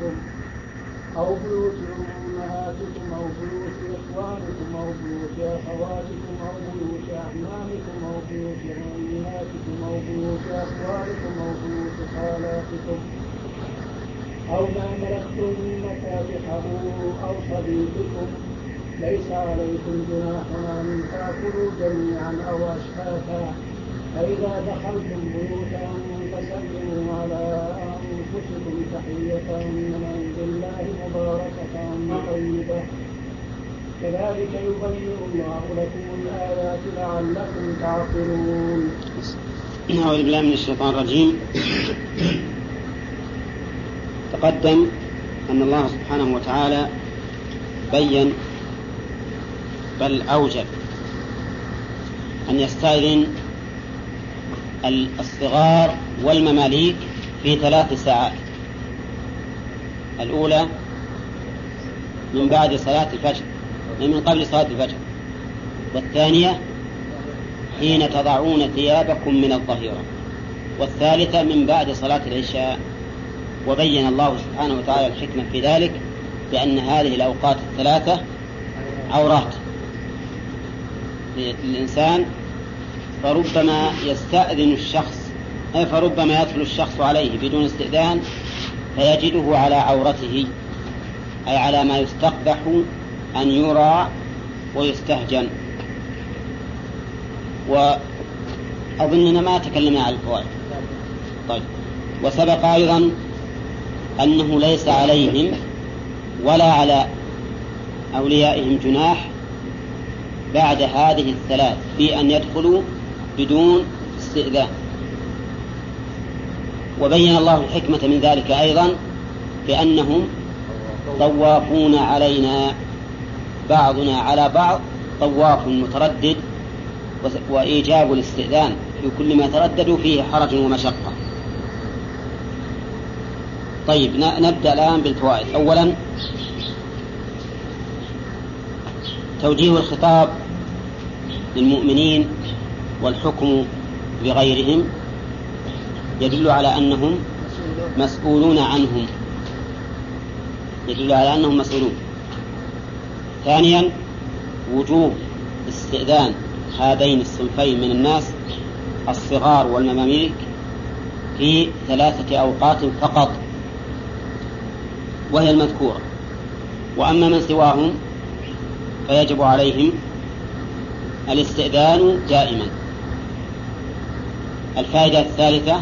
أزواجكم أو بيوت أمهاتكم أو بيوت إخوانكم أو بيوت أخواتكم أو بيوت أعمامكم أو بيوت عماتكم أو بيوت أخوالكم أو بيوت خالاتكم أو ما ملكتم مفاتحه أو صديقكم ليس عليكم جناح أن تأكلوا جميعا أو أشتاتا فإذا دخلتم بيوتا فسلموا على أنفسكم تحية من عند الله مباركة طيبة كذلك يبين الله لكم الآيات لعلكم تعقلون. أعوذ بالله من الشيطان الرجيم. تقدم أن الله سبحانه وتعالى بين بل أوجب أن يستأذن الصغار والمماليك في 3 ساعات. الأولى من بعد صلاة الفجر من قبل صلاة الفجر، والثانية حين تضعون ثيابكم من الظهيرة، والثالثة من بعد صلاة العشاء. وبين الله سبحانه وتعالى الحكمة في ذلك بأن هذه الأوقات ال3 عورات للإنسان، فربما يستأذن الشخص فربما يدخل الشخص عليه بدون استئذان فيجده على عورته، أي على ما يستقبح أن يرى ويستهجن. وأظننا ما تكلمنا على الفوائد. طيب، وسبق أيضا أنه ليس عليهم ولا على أوليائهم جناح بعد هذه ال3 في أن يدخلوا بدون استئذان. وبين الله الحكمة من ذلك أيضا بأنهم طوافون علينا بعضنا على بعض طواف متردد، وإيجاب الاستئذان في كل ما ترددوا فيه حرج ومشقة. طيب، نبدأ الآن بالفوائد. أولا، توجيه الخطاب للمؤمنين والحكم بغيرهم يدل على أنهم مسؤولون عنهم، يدل على أنهم مسؤولون. ثانيا، وجوب استئذان هذين الصنفين من الناس الصغار والمماليك في 3 أوقات فقط وهي المذكورة، وأما من سواهم فيجب عليهم الاستئذان دائما. الفائدة الثالثة،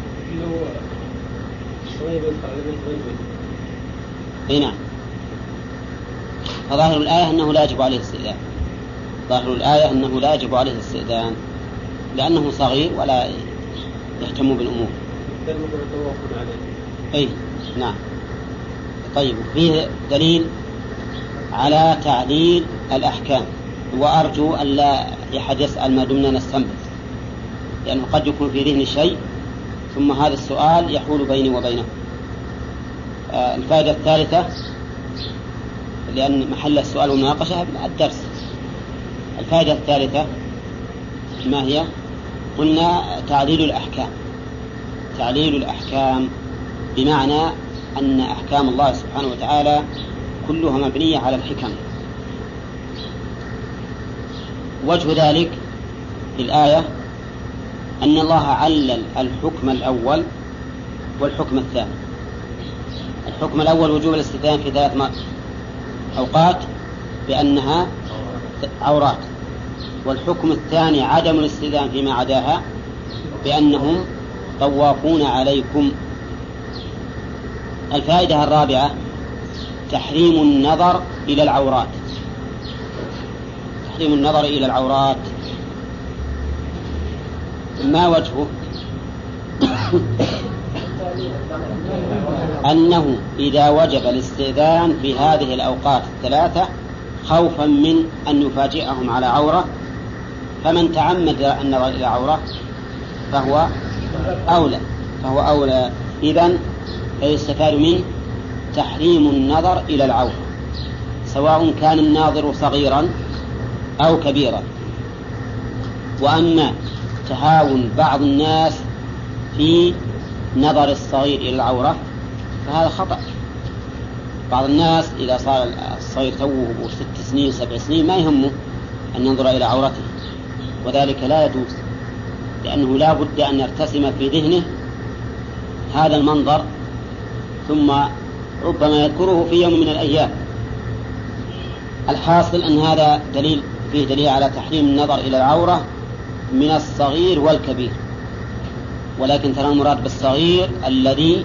هنا فظاهر الآية أنه لا يجب عليه الاستئذان، ظاهر الآية أنه لا يجب عليه الاستئذان لأنه صغير ولا يهتم بالأمور. أي نعم. طيب، فيه دليل على تعليل الأحكام، وأرجو أن لا أحد يسأل ما دمنا نستنبط، لأنه قد يكون في ذهن شيء ثم هذا السؤال يحول بيني وبينه. الفائدة الثالثة، لأن محل السؤال والمناقشة الدرس. الفائدة الثالثة ما هي؟ قلنا تعليل الأحكام. تعليل الأحكام بمعنى أن أحكام الله سبحانه وتعالى كلها مبنية على الحكم. وجه ذلك في الآية أن الله علل الحكم الأول والحكم الثاني. الحكم الأول وجوب الاستئذان في 3 أوقات بأنها عورات، والحكم الثاني عدم الاستئذان فيما عداها بأنهم طوافون عليكم. الفائدة الرابعة، تحريم النظر إلى العورات. تحريم النظر إلى العورات ما وجهه؟ أنه إذا وجب الاستئذان في هذه الأوقات ال3 خوفا من أن يفاجئهم على عورة، فمن تعمد النظر إلى عورة فهو أولى. إذن فيستفاد منه تحريم النظر إلى العورة سواء كان الناظر صغيرا أو كبيرا. وأما تهاون بعض الناس في نظر الصغير إلى العورة فهذا خطأ، بعض الناس إذا صار الصغير توه 6 سنين 7 سنين ما يهمه أن ينظر إلى عورته، وذلك لا يجوز، لأنه لا بد أن يرتسم في ذهنه هذا المنظر، ثم ربما يذكره في يوم من الأيام. الحاصل أن هذا فيه دليل على تحريم النظر إلى العورة من الصغير والكبير، ولكن ترى المراد بالصغير الذي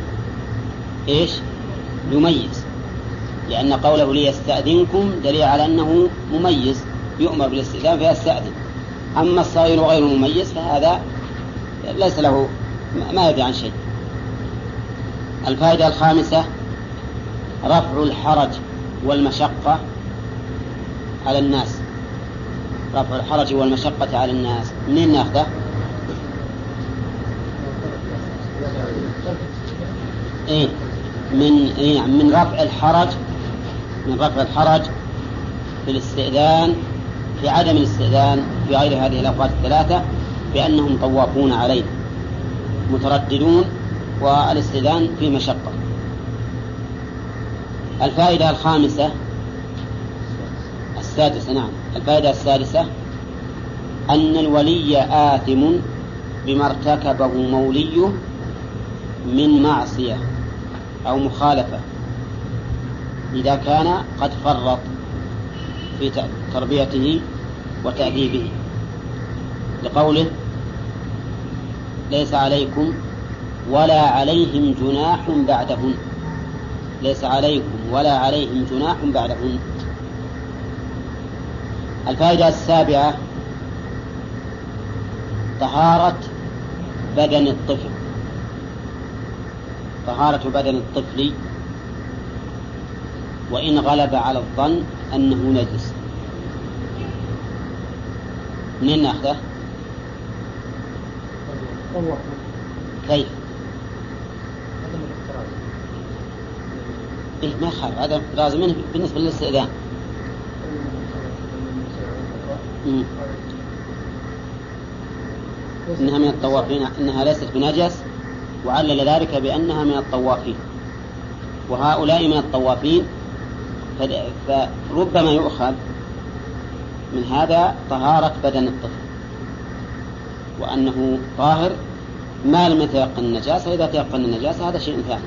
يميز، لأن قوله ليستأذنكم دليل على أنه مميز يؤمر بالاستئذان فيستأذن. أما الصغير وغير المميز فهذا ليس له، ما يدري عن شيء. الفائدة الخامسة رفع الحرج والمشقة على الناس. رفع الحرج والمشقة على الناس منين ناخذه؟ من رفع الحرج، من رفع الحرج في الاستئذان، في عدم الاستئذان في غير هذه الأوقات الثلاثة، بأنهم طوافون عليه مترددون، والاستئذان في مشقة. الفائدة الخامسة السادسة، نعم الفائدة السادسة أن الولي آثم بما ارتكبه موليه من معصية أو مخالفة إذا كان قد فرط في تربيته وتأديبه، لقوله ليس عليكم ولا عليهم جناح بعدهن، ليس عليكم ولا عليهم جناح بعدهن. الفائدة السابعة طهارة بدن الطفل، طهارة بدن الطفل وإن غلب على الظن أنه نجس. منين نأخذه؟ كيف؟ ما خالف، هذا لازم منه بالنسبة للاستئذان. إنها من الطوافين، إنها ليست بنجس، وعلل ذلك بأنها من الطوافين، وهؤلاء من الطوافين، فربما يؤخذ من هذا طهارة بدن الطفل وأنه طاهر ما لم يتيقن النجاسة، إذا تيقن النجاسة هذا شيء ثاني.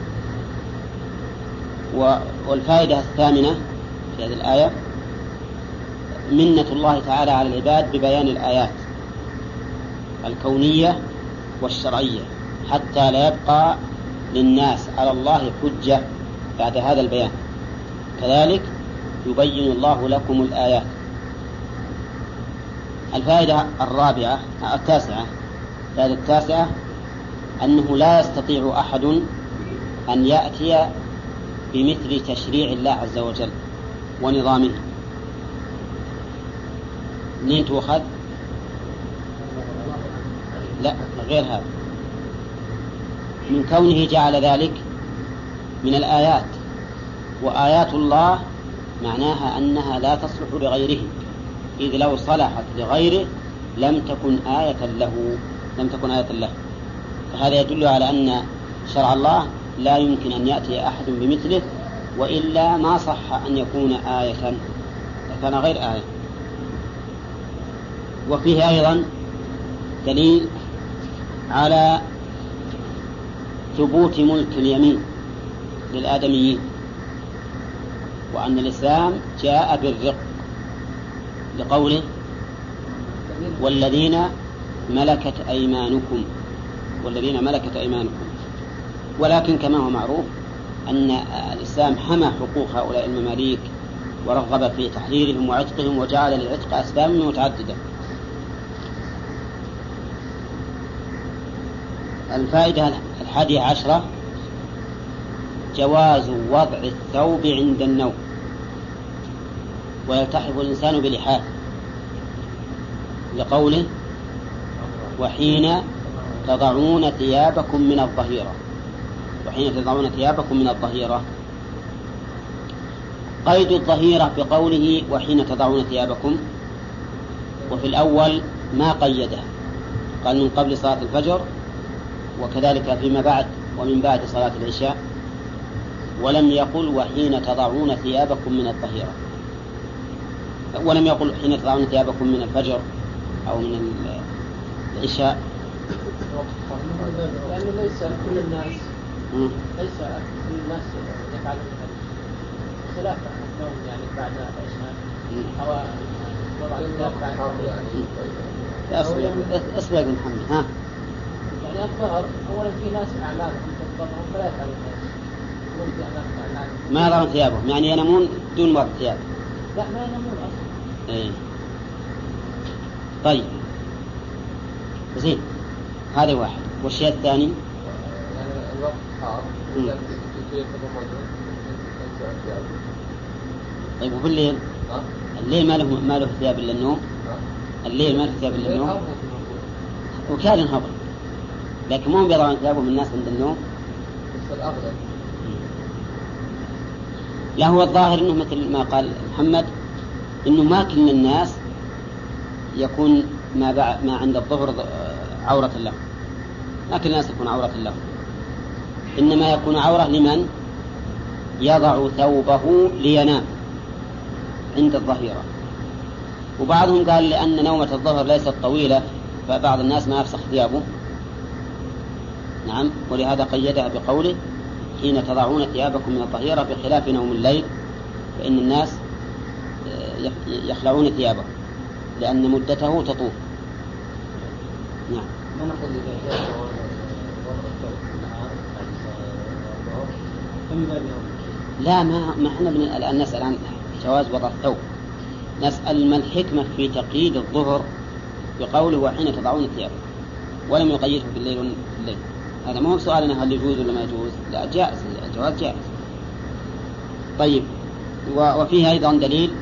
والفائدة الثامنة في هذه الآية منة الله تعالى على العباد ببيان الآيات الكونية والشرعية حتى لا يبقى للناس على الله حجة بعد هذا البيان، كذلك يبين الله لكم الآيات. الفائدة التاسعة أنه لا يستطيع أحد أن يأتي بمثل تشريع الله عز وجل ونظامه. منين تؤخذ؟ لا، غير هذا، من كونه جعل ذلك من الآيات، وآيات الله معناها أنها لا تصلح لغيره، إذ لو صلحت لغيره لم تكن آية له، فهذا يدل على أن شرع الله لا يمكن أن يأتي أحد بمثله، وإلا ما صح أن يكون آية، كان غير آية. وفيه أيضا دليل على ثبوت ملك اليمين للآدميين، وأن الإسلام جاء بالرق، لقوله والذين ملكت أيمانكم، ولكن كما هو معروف أن الإسلام حمى حقوق هؤلاء المماليك ورغب في تحريرهم وعتقهم، وجعل للعتق أسباب متعددة. الفائدة 11 جواز وضع الثوب عند النوم ويلتحف الإنسان بلحاف، لقوله وحين تضعون ثيابكم من الظهيرة، قيد الظهيرة بقوله وحين تضعون ثيابكم، وفي الأول ما قيده، قال من قبل صلاة الفجر، وكذلك فيما بعد ومن بعد صلاة العشاء، ولم يقل وحين تضعون ثيابكم من الظهيرة، ولم يقل حين تضعون ثيابكم من الفجر أو من العشاء. لأنه ليس كل الناس يفعلون هذا خلاف النوم يعني بعد العشاء أو وضع الثياب بعد اصبر يا ابن محمد. ها يعني الظهر أولا في ناس أعمالهم تتضرهم فلا يفعلون ما يضعون ثيابهم يعني ينامون دون وضع ثياب. لا ما ينامون أصلا. إيه. طيب زين، هذا واحد. والشيء الثاني يعني الوقت حار. طيب وفي الليل؟ الليل ما له ثياب إلا النوم. الليل ما له ثياب إلا النوم وكان هبط، لكن مو بيضعون ثيابهم الناس عند النوم. بس الأغلب لا، هو الظاهر إنه مثل ما قال محمد إنه ما كل الناس يكون ما عند الظهر عورة له، ما كل الناس يكون عورة له، إنما يكون عورة لمن يضع ثوبه لينام عند الظهيرة. وبعضهم قال لأن نومة الظهر ليست طويلة فبعض الناس ما يفسخ ثيابه. نعم، ولهذا قيدها بقوله حين تضعون ثيابكم من الظهيرة، بخلاف نوم الليل فإن الناس يخلعون ثيابهم لأن مدته تطول. نعم. ما نقول إذا لا، ما احنا الآن نسأل عن جواز وضع الثوب، نسأل ما الحكمة في تقييد الظهر بقوله وحين تضعون الثياب ولم يقيده بالليل. هذا ما هو سؤالنا هل يجوز ولا ما يجوز، لا جائز، الجواز جائز. طيب، وفيها أيضا دليل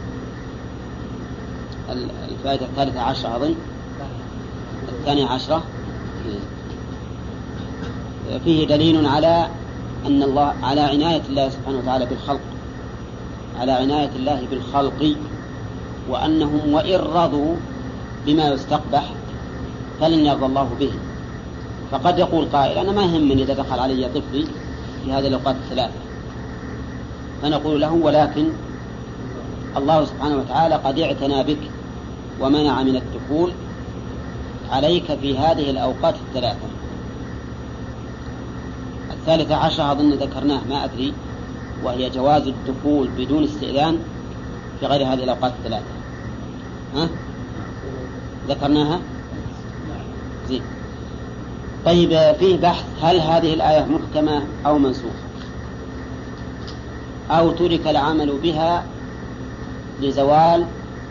الفائدة 13 أظن 12 فيه دليل على أن الله على عناية الله سبحانه وتعالى بالخلق، على عناية الله بالخلق، وأنهم وإن رضوا بما يستقبح فلن يرضى الله به. فقد يقول قائل أنا ما يهمني إذا دخل علي طفلي في هذه الأوقات الثلاثة، فنقول له ولكن الله سبحانه وتعالى قد اعتنى بك ومنع من الدخول عليك في هذه الأوقات الثلاثة. 13 أظن ذكرناه ما أدري، وهي جواز الدخول بدون استئذان في غير هذه الأوقات الثلاثة. ها؟ ذكرناها؟ زين. طيب، فيه بحث هل هذه الآية محكمة أو منسوخة أو ترك العمل بها لزوال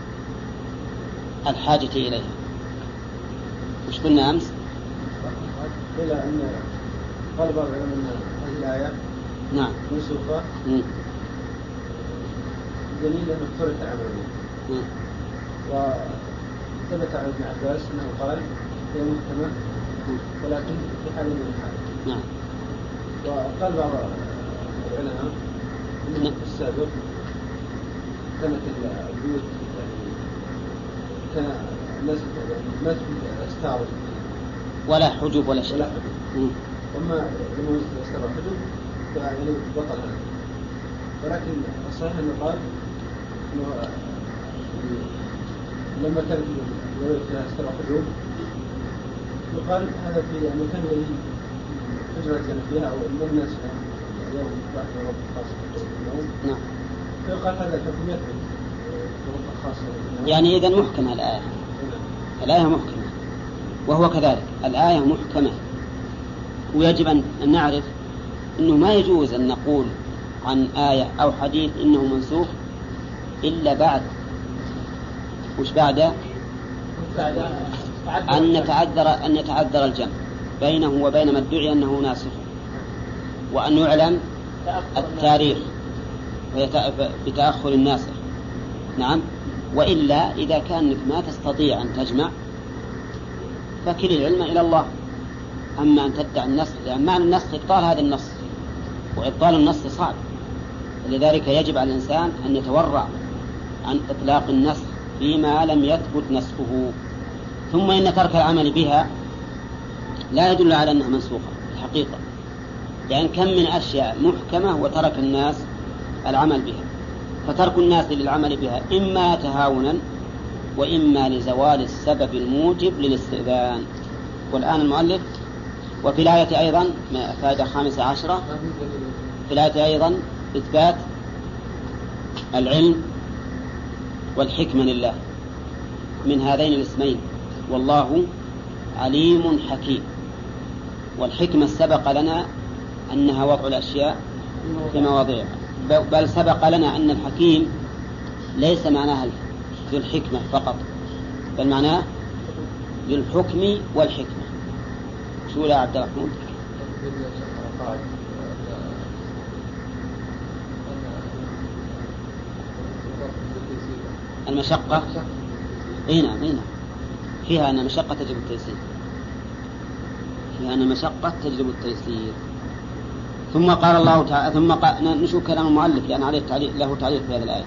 الحاجة إليها. وش قلنا أمس؟ إلى أن قال بعض العلماء أن هذه الآية نعم منسوخة دليل أنه ترك العمل بها. وثبت عن ابن عباس أنه قال هي محكمة ولكن في حال من الحال. نعم. وقال بعض العلماء أن السابق كانت البيوت كان الناس ما استعرض ولا حجب ولا شيء. أما لما استعرض حجب فيعني بطل هذا. ولكن الصحيح أنه قال أنه لما كانت البيوت استعرض حجب يقال هذا في مكان الذي حجرة كان فيها أو إن الناس اليوم بعد رب خاصة اليوم. نعم. فيقال هذا كفية رب خاصة. يعني إذن محكمة الآية. الآية محكمة، وهو كذلك الآية محكمة، ويجب أن نعرف أنه ما يجوز أن نقول عن آية أو حديث إنه منسوخ إلا بعد وش بعد أن يتعذر الجمع بينه وبين ما ادعي أنه ناسخ، وأن يعلم التاريخ بتأخر الناسخ. نعم. وإلا إذا كانك ما تستطيع أن تجمع فكل العلم إلى الله. أما أن تدعي النسخ، لأن معنى النسخ إبطال هذا النص، وإبطال النص صعب، لذلك يجب على الإنسان أن يتورع عن إطلاق النسخ فيما لم يثبت نسخه. ثم إن ترك العمل بها لا يدل على أنها منسوخة الحقيقة، يعني كم من أشياء محكمة وترك الناس العمل بها، فترك الناس للعمل بها إما تهاونا وإما لزوال السبب الموجب للاستئذان. والآن المؤلف وفي الآية أيضا فائدة 15 في الآية أيضا إثبات العلم والحكمة لله من هذين الاسمين، والله عليم حكيم. والحكمة سبق لنا أنها وضع الأشياء في مواضعها، بل سبق لنا أن الحكيم ليس معناها ذو الحكمة فقط، بل معناه ذو الحكم والحكمة. شو يا عبد الرحمن؟ المشقة نعم فيها أن المشقة تجلب التيسير، فيها أن المشقة تجلب التيسير. ثم قال الله تعالى، ثم نشوف كلام المؤلف لأن عليه له تعليق في هذه الآية.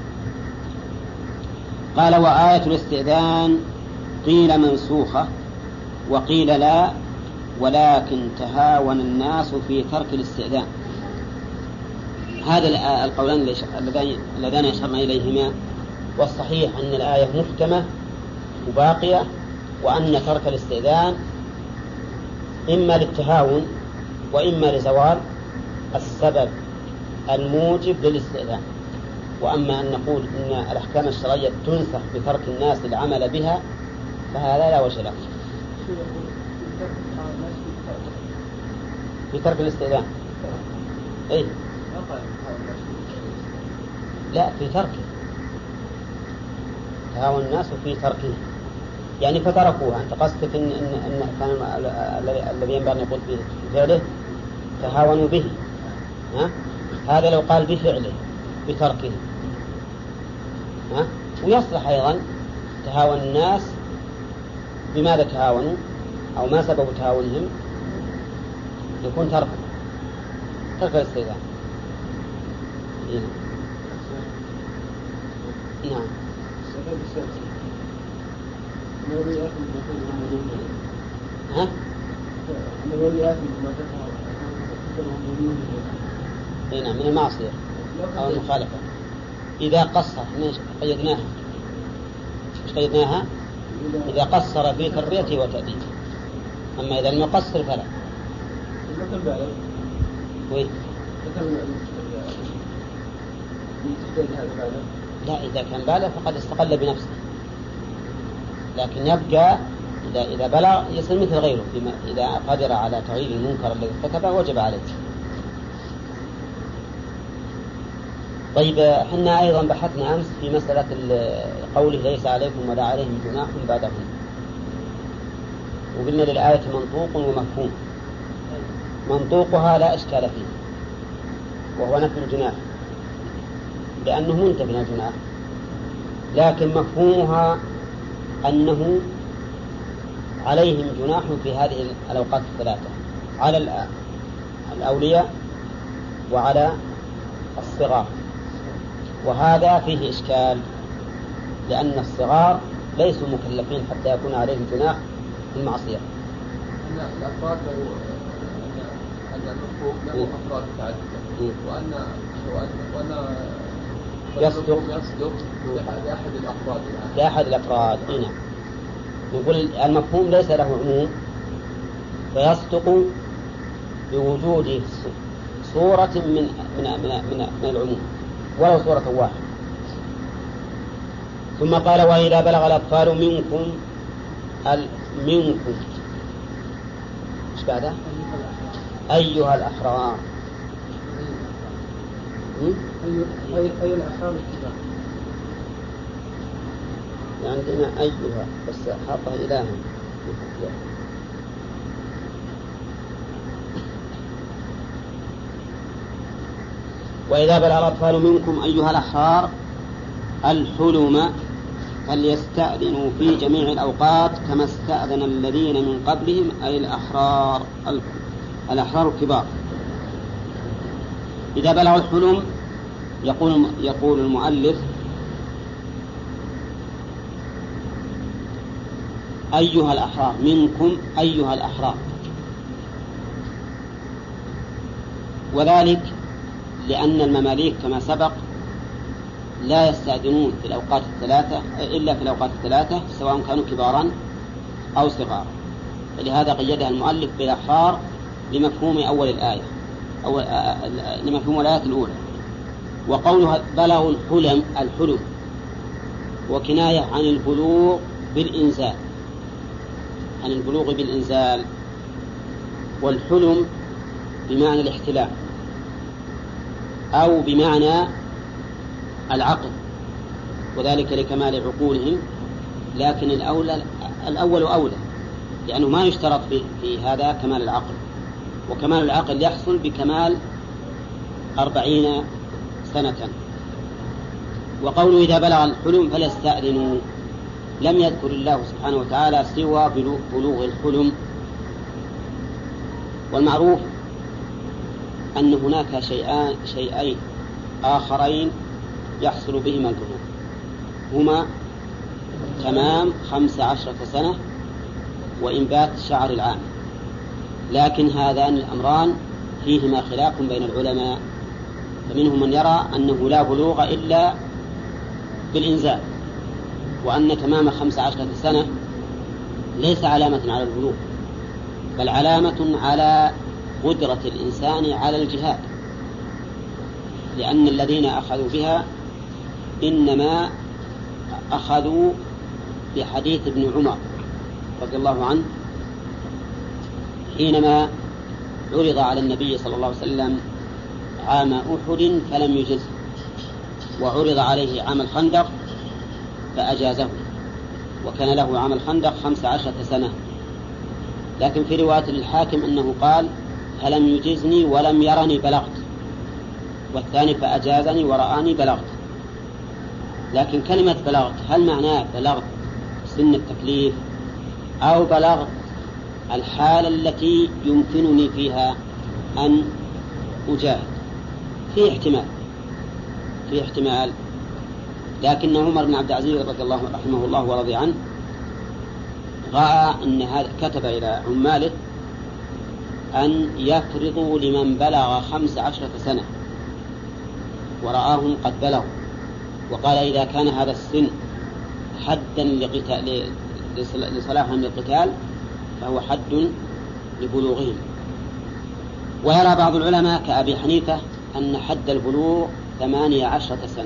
قال وآية الاستئذان قيل منسوخة وقيل لا، ولكن تهاون الناس في ترك الاستئذان. هذا القولان اللذان يشرنا إليهما، والصحيح أن الآية محكمة وباقية، وأن ترك الاستئذان إما للتهاون وإما لزوال السبب الموجب للاستئذان. وأما أن نقول إن الأحكام الشرعية تنسخ بترك الناس العمل بها فهذا لا وجه له. في ترك الاستئذان إيه؟ لا، في تركه، تهاون الناس في تركه، يعني فتركوها. أنت قصدك إن كان الذي ينبغي أن يقول بفعله تهاونوا به، ها؟ هذا لو قال بفعله بتركه، ها؟ ويصلح أيضا تهاون الناس بماذا تهاونوا أو ما سبب تهاونهم، يكون ترك الاستئذان. نعم. ها؟ نعم، من المعصية أو المخالفة. إذا قصر قيدناها، مش قيدناها إذا قصر في تربيته وتأديبه، أما إذا لم يقصر فلا. وين؟ لا، إذا كان بالغ فقد استقل بنفسه، لكن يبقى إذا بلغ يصير مثل غيره، إذا قدر على تغيير المنكر الذي ارتكبه وجب عليه. طيب، احنا أيضا بحثنا أمس في مسألة قوله ليس عليكم ولا عليهم جناح بعدهم، وقلنا للآية منطوق ومفهوم. منطوقها لا إشكال فيه وهو نفي الجناح لأنه منتفي من الجناح، لكن مفهومها أنه عليهم جناح في هذه الأوقات الثلاثة، على الأولياء وعلى الصغار. وهذا فيه إشكال، لأن الصغار ليسوا مكلفين حتى يكون عليهم جناح في المعصية. الأفراد أن المفهوم له أفراد متعددة، وأن يصدق لأحد الأفراد. نعم، نقول المفهوم ليس له عموم، فيصدق بوجود صورة من العموم ولو صورة واحدة. ثم قال وإذا بلغ الأطفال منكم إيش بعده؟ أيها الأحرار. أي الأحرار الكبار. عندنا أيها بس حاطه إلها. وإذا بلغ الأطفال منكم أيها الأحرار الحلم فليستأذنوا في جميع الأوقات كما استأذن الذين من قبلهم، أي الأحرار الكبار. إذا بلغ الحلم يقول المؤلف أيها الأحرار منكم أيها الأحرار، وذلك لأن المماليك كما سبق لا يستأذنون في الأوقات الثلاثة إلا في الأوقات الثلاثة سواء كانوا كبارا أو صغارا، فلهذا قيدها المؤلف بالأحرار لمفهوم أول الآية أو لمفهوم الآية الأولى. وقولها بلغ الحلم وكناية عن البلوغ بالإنزال، عن البلوغ بالإنزال، والحلم بمعنى الاحتلام أو بمعنى العقل، وذلك لكمال عقولهم، لكن الأول أولى، لأنه ما يشترط في هذا كمال العقل، وكمال العقل يحصل بكمال 40 سنة. وقوله إذا بلغ الحلم فليستأذنوا، لم يذكر الله سبحانه وتعالى سوى بلوغ الحلم. والمعروف أن هناك شيئين آخرين يحصل بهما البلوغ، هما تمام 15 سنة وإنبات شعر العام، لكن هذان الأمران فيهما خلاف بين العلماء، فمنهم من يرى أنه لا بلوغ إلا بالإنزال، وأن تمام 15 سنة ليس علامة على البلوغ، بل علامة على قدرة الإنسان على الجهاد، لأن الذين أخذوا بها إنما أخذوا بحديث ابن عمر رضي الله عنه حينما عرض على النبي صلى الله عليه وسلم عام أحد فلم يجزه، وعرض عليه عام الخندق فأجازه، وكان له عام الخندق 15 سنة. لكن في رواية الحاكم أنه قال فلم يجزني ولم يرني بلغت، والثاني فأجازني ورآني بلغت. لكن كلمة بلغت هل معناه بلغت سن التكليف أو بلغت الحالة التي يمكنني فيها أن أجاهد؟ في احتمال، لكن عمر بن عبد العزيز رضي الله رحمه الله ورضي عنه رأى أن هذا، كتب إلى عماله أن يفرضوا لمن بلغ 15 سنة ورآهم قد بلغوا، وقال إذا كان هذا السن حدا لصلاحهم للقتال فهو حد لبلوغهم. ويرى بعض العلماء كأبي حنيفة أن حد البلوغ 18 سنة،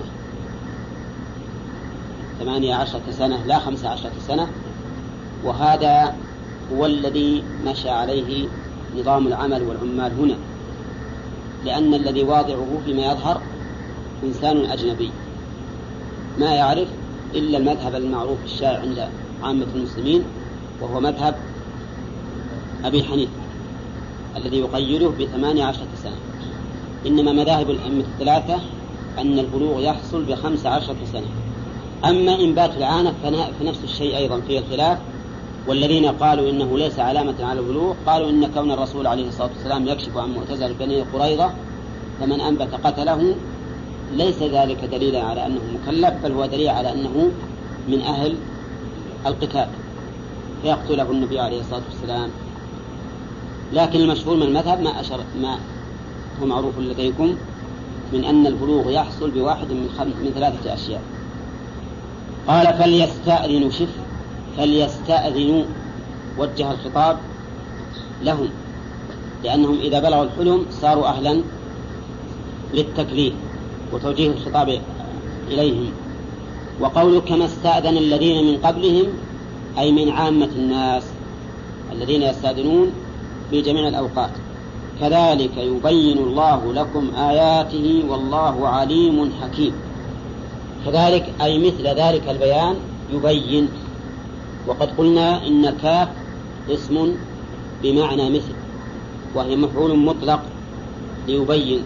18 سنة لا 15 سنة، وهذا هو الذي مشى عليه نظام العمل والعمال هنا، لأن الذي واضعه فيما يظهر إنسان أجنبي ما يعرف إلا المذهب المعروف الشائع عند عامة المسلمين، وهو مذهب أبي حنيفة الذي يقيده ب18 سنة. إنما مذاهب الأئمة الثلاثة أن البلوغ يحصل ب15 سنة. أما إنبات العانة فنفس الشيء أيضا فيه الخلاف، والذين قالوا إنه ليس علامة على البلوغ قالوا إن كون الرسول عليه الصلاة والسلام يكشف عن معتزل بني قريظة فمن أنبت قتله ليس ذلك دليلا على أنه مكلف، بل هو دليل على أنه من أهل القتال فيقتله النبي عليه الصلاة والسلام. لكن المشهور من المذهب ما هو معروف لديكم من أن البلوغ يحصل بواحد من 3 أشياء. قال فليستأذنوا، فليستأذنوا وجه الخطاب لهم، لأنهم إذا بلغوا الحلم صاروا أهلا للتكليف، وتوجيه الخطاب إليهم. وقوله كما استأذن الذين من قبلهم أي من عامة الناس الذين يستأذنون في جميع الأوقات. كذلك يبين الله لكم آياته والله عليم حكيم. كذلك أي مثل ذلك البيان يبين. وقد قلنا إن كاف اسم بمعنى مثل، وهي مفعول مطلق ليبين.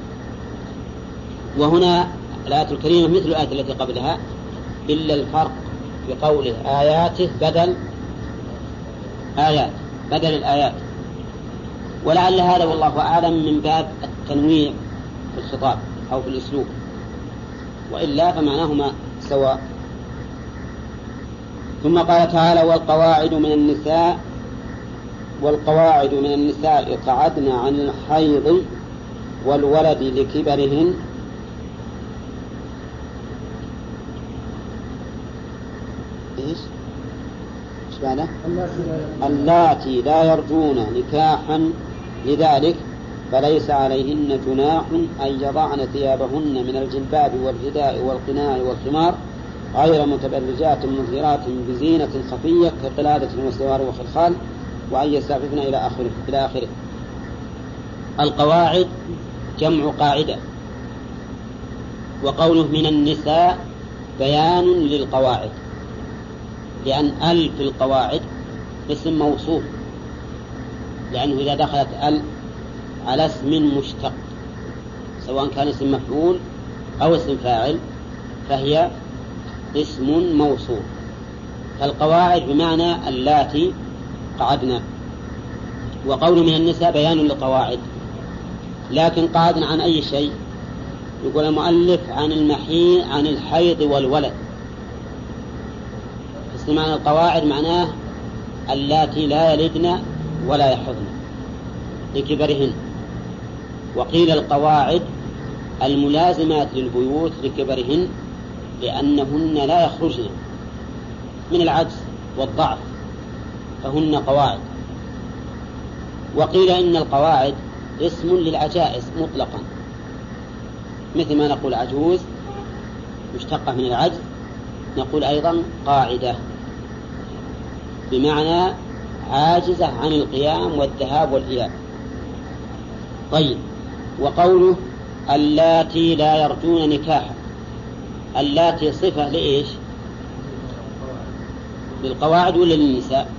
وهنا الآية الكريمة مثل الآية التي قبلها، إلا الفرق بقوله آياته بدل آيات، بدل الآيات. ولعل هذا والله أعلم من باب التنويع في الخطاب أو في الأسلوب، وإلا فمعناهما سواء. ثم قال تعالى والقواعد من النساء قعدن عن الحيض والولد لكبرهن إيش معنى؟ اللاتي لا يرجون نكاحا لذلك فليس عليهن جناح أن يضعن ثيابهن من الجلباب والرداء والقناع والخمار غير متبرجات مظهرات بزينة خفية كقلادة والسوار والخلخال وأن يستعففن إلى آخره. القواعد جمع قاعدة، وقوله من النساء بيان للقواعد، لأن ال في القواعد اسم موصوف، لأنه إذا دخلت ال على اسم مشتق سواء كان اسم مفعول أو اسم فاعل فهي اسم موصوف. فالقواعد بمعنى اللاتي قعدنا. وقول من النساء بيان للقواعد، لكن قاعد عن أي شيء؟ يقول المؤلف عن الحيض والولد. معنى القواعد معناه اللاتي لا يلدن ولا يحضن لكبرهن. وقيل القواعد الملازمات للبيوت لكبرهن لأنهن لا يخرجن من العجز والضعف فهن قواعد. وقيل إن القواعد اسم للعجائز مطلقا، مثل ما نقول عجوز مشتقة من العجز، نقول أيضا قاعدة بمعنى عاجزة عن القيام والذهاب والإياب. طيب، وقوله اللاتي لا يرجون نكاحا، اللاتي صفة لإيش؟ للقواعد ولا للنساء؟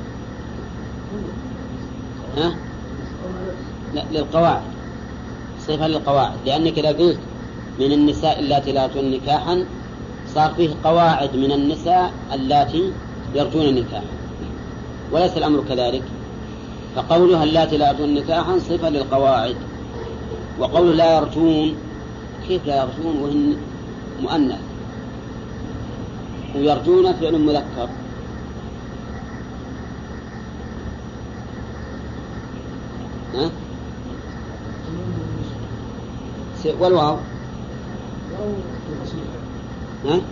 ها؟ لا، للقواعد، صفة للقواعد، لأنك إذا قلت من النساء اللاتي لا يرجون نكاحا صار فيه قواعد من النساء اللاتي يرجون النكاح، وليس الأمر كذلك. فقولها اللاتي لا يرجون نكاحا صفة للقواعد. وقول لا يرجون، كيف لا يرجون وهن مؤنث؟ ويرجون فعل مذكر. ها؟ والواو ها؟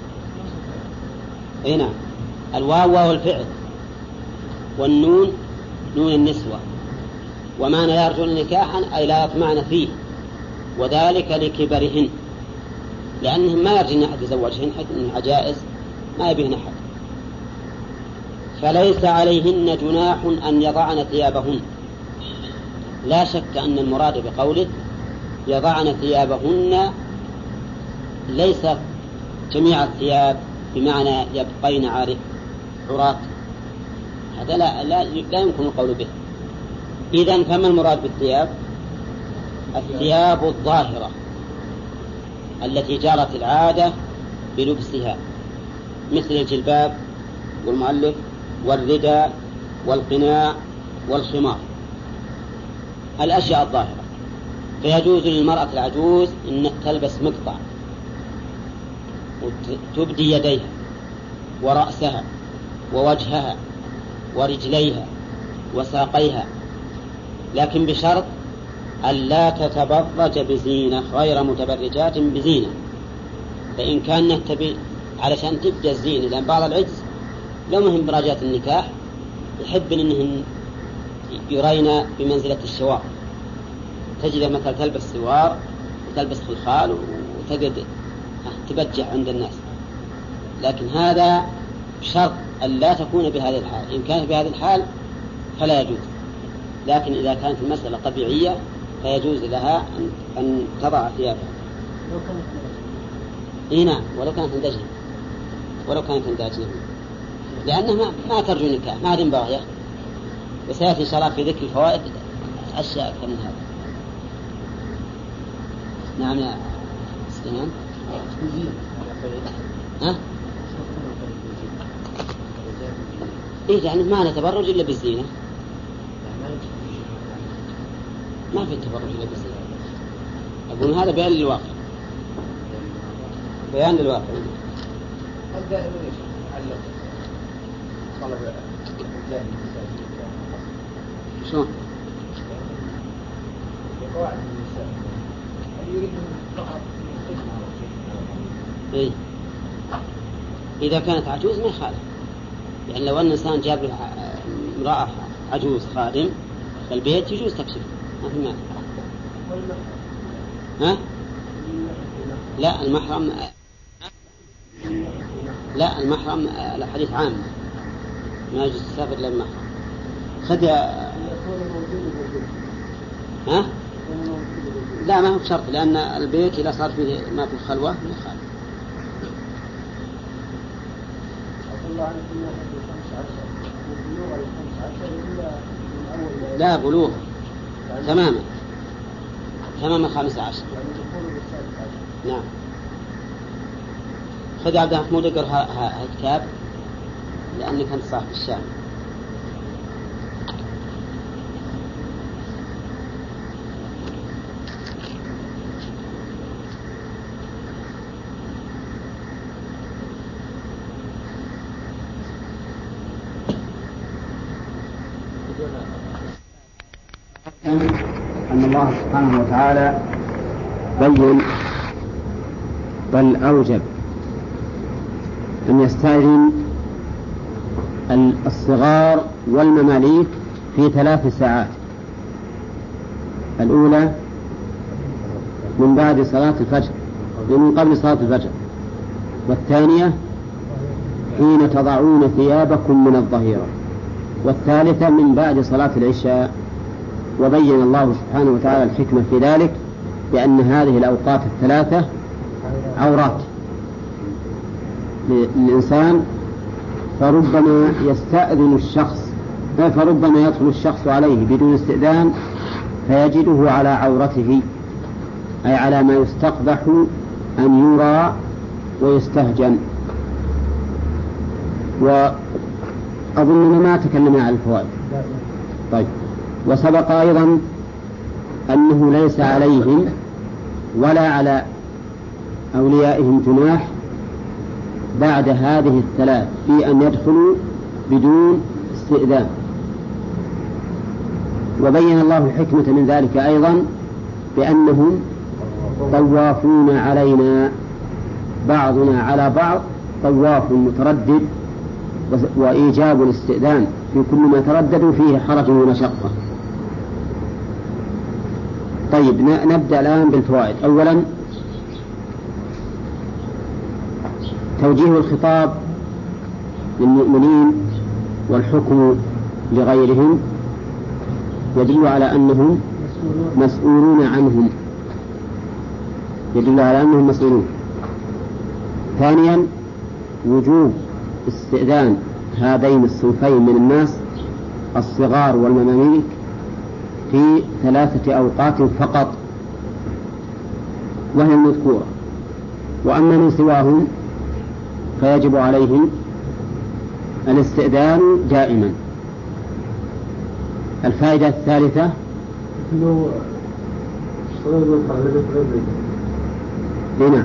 اي نعم، الواو واو الفعل، والنون نون النسوة. ومعنى لا يرجون نكاحا أي لا يطمعن فيه، وذلك لكبرهن، لأنهم ما يرجون أحد يزوجهن حيث من عجائز ما يبيهن أحد. فليس عليهن جناح أن يضعن ثيابهن. لا شك أن المراد بقوله يضعن ثيابهن ليس جميع الثياب بمعنى يبقين عراة، هذا لا يمكن القول به. إذن فما المراد بالثياب؟ الثياب الظاهرة التي جرت العادة بلبسها، مثل الجلباب والمؤلف والرداء والقناع والخمار، الأشياء الظاهرة. فيجوز للمرأة العجوز أن تلبس مقطع وتبدي يديها ورأسها ووجهها ورجليها وساقيها، لكن بشرط ألا تتبرج بزينة غير متبرجات بزينة. فإن كانت تبي علشان تبدأ الزينة، لأن بعض العجز لو مهم براجات النكاح يحب أنهن يرين بمنزلة الشوار، تجد مثلا تلبس سوار وتلبس خلخال وتجد تبجح عند الناس، لكن هذا شرط أن لا تكون بهذه الحال. إن كانت بهذه الحال فلا يجوز، لكن إذا كانت المسألة طبيعية فيجوز لها أن تضع ثيابها. نعم، ولو كانت انداجية، لأنها ما ترجو نكاح، ما هذه باغية. وسيأتي إن شاء الله في ذكر الفوائد أشياء أكثر من هذا. نعم يا سليمان. ها؟ إيه يعني ما نتبرج إلا بالزينة، ما في التبرج إلا بالزينة. أقول هذا بيان للواقع، بيان للواقع. شلون؟ قواعد النساء إيه؟ إذا كانت عجوز ما يخالف، يعني لو أن إنسان جاب له امرأة عجوز خادم في البيت يجوز تكشف، ما في مانع. ها؟ لا المحرم، لا المحرم الحديث عام، ما يجوز تسافر إلا المحرم. خذ ها؟ لا ما هو بشرط، لأن البيت إذا صار فيه ما في الخلوة ما يخالف. لا بلوغ تماما 15. نعم. خذ عبد محمود اقرأ هذا الكتاب لأنك أنت صاحب الشام. أن الله سبحانه وتعالى بين بل أوجب أن يستأذن الصغار والمماليك في 3 ساعات. الأولى من بعد صلاة الفجر، من قبل صلاة الفجر، والثانية حين تضعون ثيابكم من الظهيرة، والثالثة من بعد صلاة العشاء. وبين الله سبحانه وتعالى الحكمة في ذلك بأن هذه الأوقات الثلاثة عورات للإنسان، فربما يستأذن الشخص، فربما يدخل الشخص عليه بدون استئذان فيجده على عورته، أي على ما يستقبح أن يرى ويستهجن. وأظننا ما تكلمنا عن الفوائد. طيب، وسبق أيضا أنه ليس عليهم ولا على أوليائهم جناح بعد هذه الثلاث في أن يدخلوا بدون استئذان. وبين الله الحكمة من ذلك أيضا بأنهم طوافون علينا، بعضنا على بعض طواف متردد، وإيجاب الاستئذان في كل ما ترددوا فيه حرج ومشقة. طيب، نبدأ الآن بالفوائد. أولا توجيه الخطاب للمؤمنين والحكم لغيرهم يدل على أنهم مسؤولون عنهم، يدل على أنهم مسؤولون. ثانيا وجوب استئذان هذين الصنفين من الناس الصغار والمماليك في 3 أوقات فقط وهي المذكورة، وأما من سواهم فيجب عليهم الاستئذان دائما. الفائدة الثالثة هنا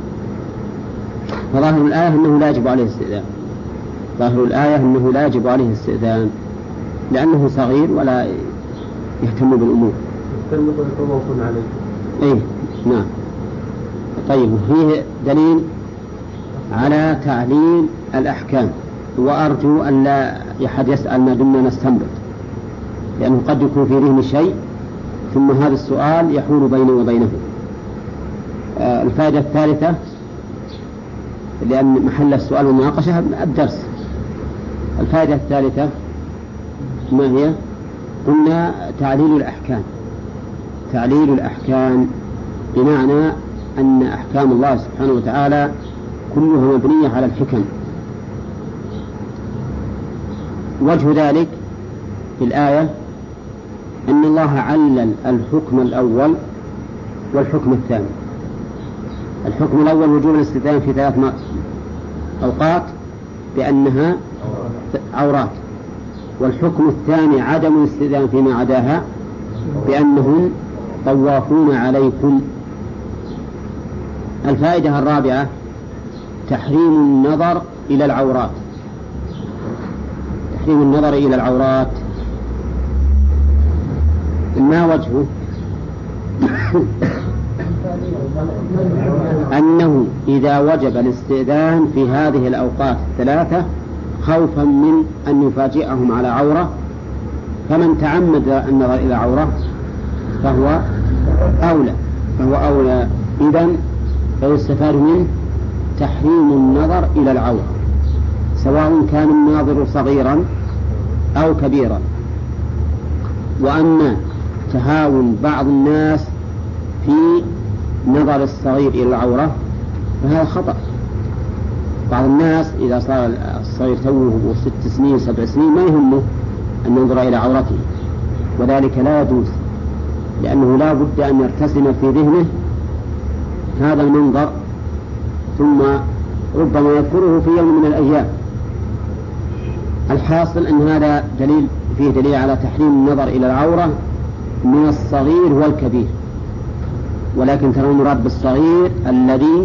فظاهر الآية أنه لا يجب عليه الاستئذان، ظاهر الآية أنه لا يجب عليه الاستئذان لأنه صغير ولا يهتم بالأمور. إيه نعم. طيب، فيه دليل على تعليل الأحكام، وأرجو أن لا أحد يسأل ما دمنا نستنبط، لأنه قد يكون في ذهن شيء ثم هذا السؤال يحول بينه وبينه. الفائدة الثالثة، لأن محل السؤال والمناقشة الدرس. الفائدة الثالثة ما هي؟ قلنا تعليل الأحكام. تعليل الأحكام بمعنى أن أحكام الله سبحانه وتعالى كلها مبنية على الحكم. وجه ذلك في الآية أن الله علل الحكم الأول والحكم الثاني. الحكم الأول وجوب الاستئذان في 3 أوقات بأنها عورات، والحكم الثاني عدم الاستئذان فيما عداها بأنهم طوافون عليكم. الفائدة الرابعة تحريم النظر إلى العورات. تحريم النظر إلى العورات ما وجهه؟ أنه إذا وجب الاستئذان في هذه الأوقات الثلاثة خوفا من أن يفاجئهم على عورة، فمن تعمد النظر إلى عورة فهو أولى إذن فيستفاد منه تحريم النظر إلى العورة سواء كان الناظر صغيرا أو كبيرا. وأما تهاون بعض الناس في نظر الصغير إلى العورة فهذا خطأ. بعض الناس إذا صار الصغير توه 6 سنين 7 سنين ما يهمه أن ينظر إلى عورته، وذلك لا يجوز، لأنه لا بد أن يرتسم في ذهنه هذا المنظر ثم ربما يذكره في يوم من الأيام. الحاصل أن هذا فيه دليل على تحريم النظر إلى العورة من الصغير والكبير، ولكن ترى المراد بالصغير الذي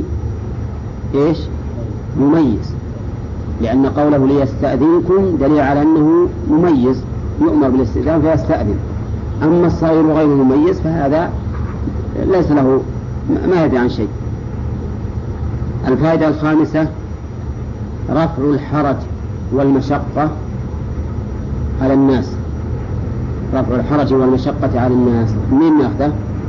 يميز، لأن قوله ليستأذنكم دليل على أنه مميز يؤمر بالاستئذان فيستأذن. أما الصغير غير مميز فهذا ليس له ما يدري عن شيء. الفائدة الخامسة رفع الحرج والمشقة على الناس. رفع الحرج والمشقة على الناس من ناخذه؟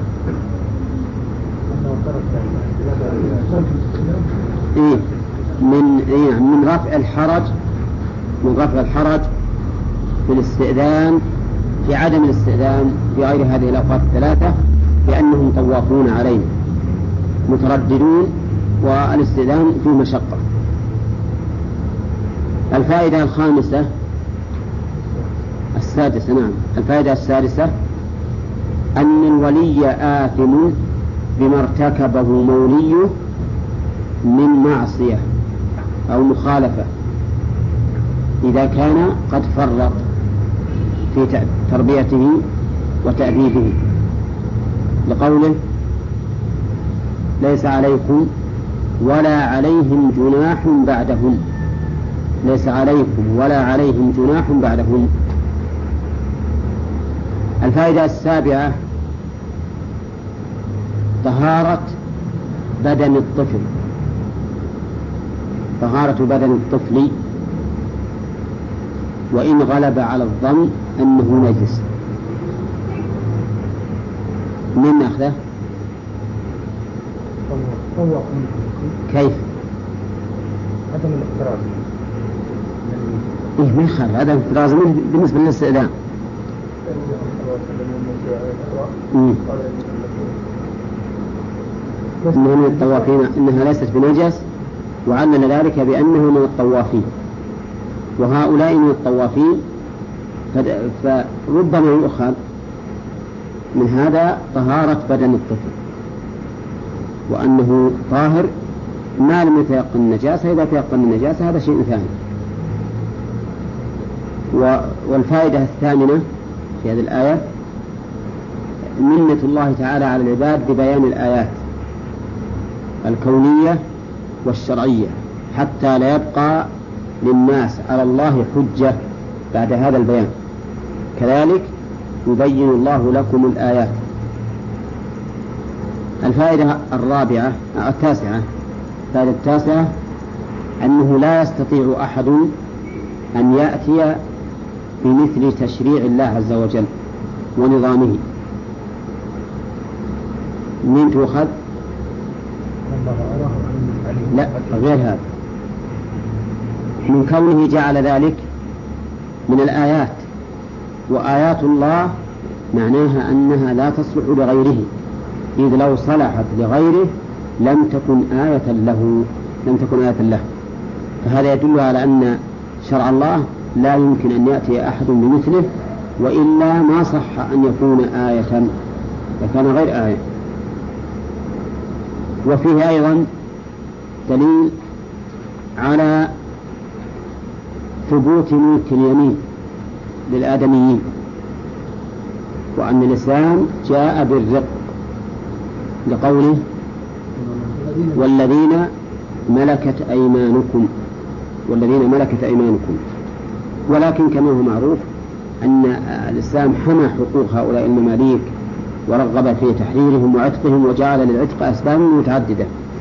من رفع الحرج، من رفع الحرج في الاستئذان، في عدم الاستئذان في غير هذه الأوقات الثلاثة، لأنهم طوافون علينا مترددون والاستئذان فيه مشقة. الفائدة الخامسة السادسة، نعم الفائدة السادسة أن الولي آثم بما ارتكبه موليه من معصية أو مخالفة إذا كان قد فرط في تربيته وتأديبه، لقوله ليس عليكم ولا عليهم جناح بعدهم. ليس عليكم ولا عليهم جناح بعدهم. الفائدة السابعة طهارة بدن الطفل. طهارة بدن الطفل وإن غلب على الظن أنه نجس. من أخذه؟ كيف؟ عدم الاحتراز. من خارج عدم الاحتراز بالنسبة للاستئذان. من الطوافين إنها ليست بنجس، وعلل ذلك بأنه من الطوافين، وهؤلاء من الطوافين، فربما يؤخذ من هذا طهارة بدن الطفل وأنه طاهر ما لم يتيقن النجاسة. إذا تيقن النجاسة هذا شيء ثاني. والفائدة الثامنة في هذه الآية منة الله تعالى على العباد ببيان الآيات الكونية والشرعية حتى لا يبقى للناس على الله حجة بعد هذا البيان. كذلك يبين الله لكم الآيات. الفائدة التاسعة الفائدة التاسعة أنه لا يستطيع أحد أن يأتي بمثل تشريع الله عز وجل ونظامه. من تؤخذ؟ لا، غير هذا، من كونه جعل ذلك من الآيات، وآيات الله معناها أنها لا تصلح لغيره، إذ لو صلحت لغيره لم تكن آية له. فهذا يدل على أن شرع الله لا يمكن أن يأتي أحد بمثله، وإلا ما صح أن يكون آية، لكان غير آية. وفيه أيضا دليل على ثبوت ملك اليمين للآدميين، وأن الإسلام جاء بالرق لقوله والذين ملكت أيمانكم. ولكن كما هو معروف أن الإسلام حمى حقوق هؤلاء المماليك ورغب في تحريرهم وعتقهم وجعل للعتق أسبابا متعددة.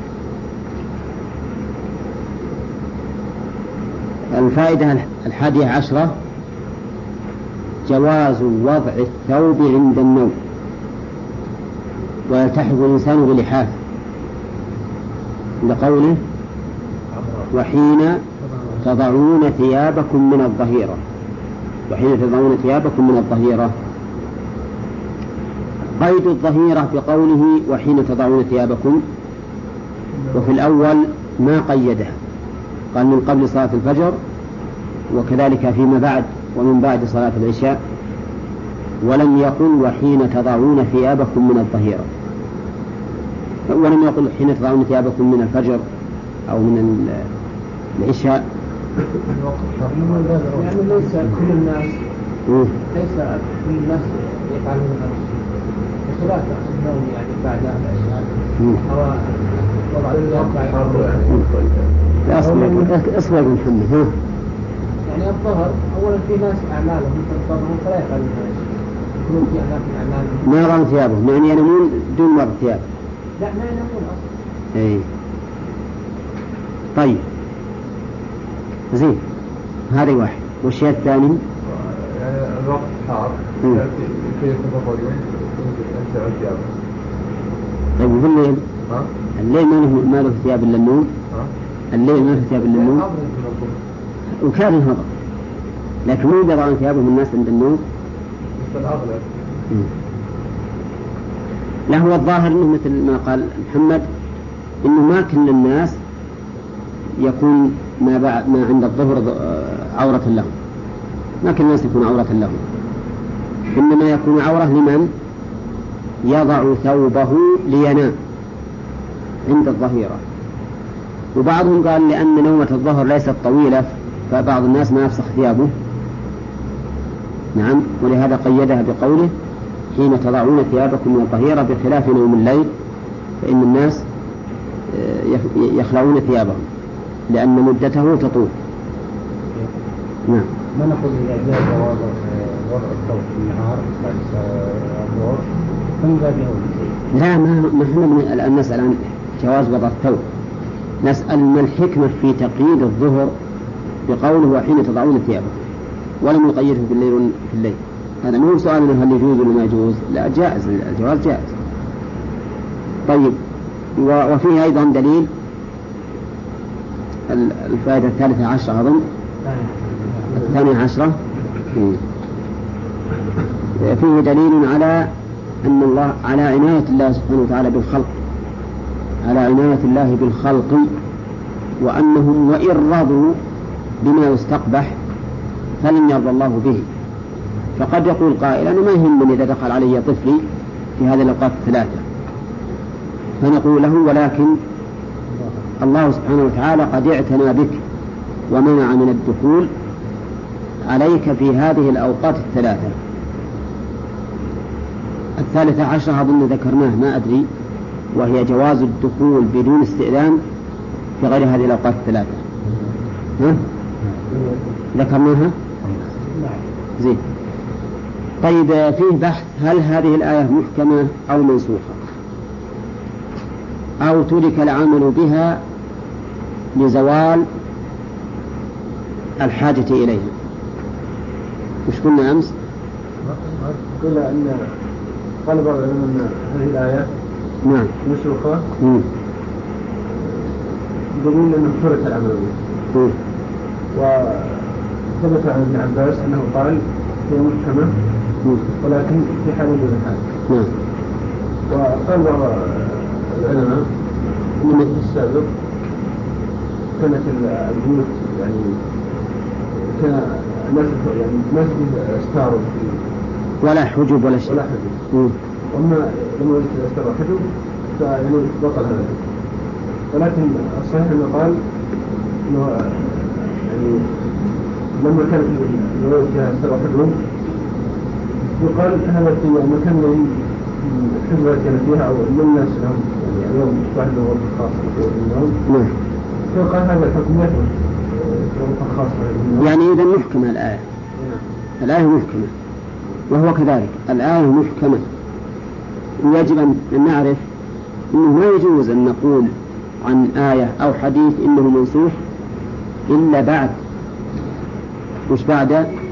الفائدة 11 جواز وضع الثوب عند النوم ويلتحف الإنسان بلحافه لقوله وحين تضعون ثيابكم من الظهيرة، وحين تضعون ثيابكم من الظهيرة. قيد الظهيرة بقوله وحين تضعون ثيابكم، وفي الأول ما قيدها، قال من قبل صلاة الفجر وكذلك فيما بعد ومن بعد صلاة العشاء، ولم يقل وحين تضعون ثيابكم من الظهيرة، ولم يقل حين تضعون ثيابكم من الفجر أو من العشاء. يعني ليس كل الناس يفعلون بخلاف النوم يعني بعد العشاء أو وضع الثياب بعد أصبر محمد. يعني الظهر أولا في ناس أعمالهم تنتظرون فلا يفعلون يكونون في أعمالهم ما يضعون ثيابهم، يعني ينامون دون وضع ثياب. لا ما ينامون أصلا. إيه. طيب زين، هذه واحد. والشيء الثاني يعني الوقت حار كيف تفضلون أنت ثيابه. طيب وفي الليل؟ الليل ما له ثياب إلا النوم. الليل ما له ثياب إلا النوم وكان الهضر، لكن مو يضعون ثيابهم الناس عند النوم. لا هو الظاهر انه مثل ما قال محمد انه ما كل الناس يكون ما عند الظهر عورة لهم، ما كل الناس يكون عورة لهم، إنما يكون عورة لمن يضع ثوبه لينام عند الظهيرة. وبعضهم قال لأن نومة الظهر ليست طويلة فبعض الناس ما يفسخ ثيابه، نعم، ولهذا قيدها بقوله حين تضعون ثيابكم من الظهيرة، بخلاف نوم الليل فإن الناس يخلعون ثيابهم لأن مدته تطول. نعم. ما نقول إذا جاء جواز وضع الثوب في النهار بعد الظهر من باب يوم؟ لا، ما احنا الآن نسأل عن جواز وضع الثوب، نسأل ما الحكمة في تقييد الظهر بقوله وحين تضعون ثيابكم ولم يقيده بالليل في الليل. هذا مو سؤال هل يجوز ولا ما يجوز، لا جائز، الجواز جائز. طيب، وفيه أيضا دليل الفائدة 13 أظن 12 فيه دليل على أن الله على عناية الله سبحانه وتعالى بالخلق، على عناية الله بالخلق، وأنهم وإن رضوا بما يستقبح فلن يرضى الله به. فقد يقول قائل أنا ما يهمني إذا دخل علي طفلي في هذه الأوقات الثلاثة، فنقول له ولكن الله سبحانه وتعالى قد اعتنى بك ومنع من الدخول عليك في هذه الأوقات الثلاثة. 13 أظن ذكرناه ما أدري، وهي جواز الدخول بدون استئذان في غير هذه الأوقات الثلاثة. ذكرناها؟ زين. طيب، فيه بحث هل هذه الآية محكمة أو منسوخة أو ترك العمل بها لزوال الحاجة إليها. وش قلنا أمس؟ قلنا أن قال بعض العلماء أن هذه الآية نعم منسوخة دليل أنه ترك العمل بها. وثبت عن ابن عباس أنه قال هي محكمة ولكن في حال وجود الحاجة. وقال بعض العلماء أن في السابق كانت البيوت يعني كان الناس يعني ما في استار ولا حجب ولا شيء. وأما لما وجدت الاستار والحجب فيعني بطل هذا. ولكن الصحيح أنه قال إنه يعني لما كانت البيوت فيها استار والحجب يقال هذا في المكان الذي الحجبة كانت فيها أو الناس لهم يعني يوم واحد من الوقت الخاص بالنوم. فقال هذا الحكم يثبت خاص يعني إذا محكمة الآية. الآية محكمة، وهو كذلك الآية محكمة يجب أن نعرف أنه ما يجوز أن نقول عن آية أو حديث إنه منسوخ إلا بعد مش بعد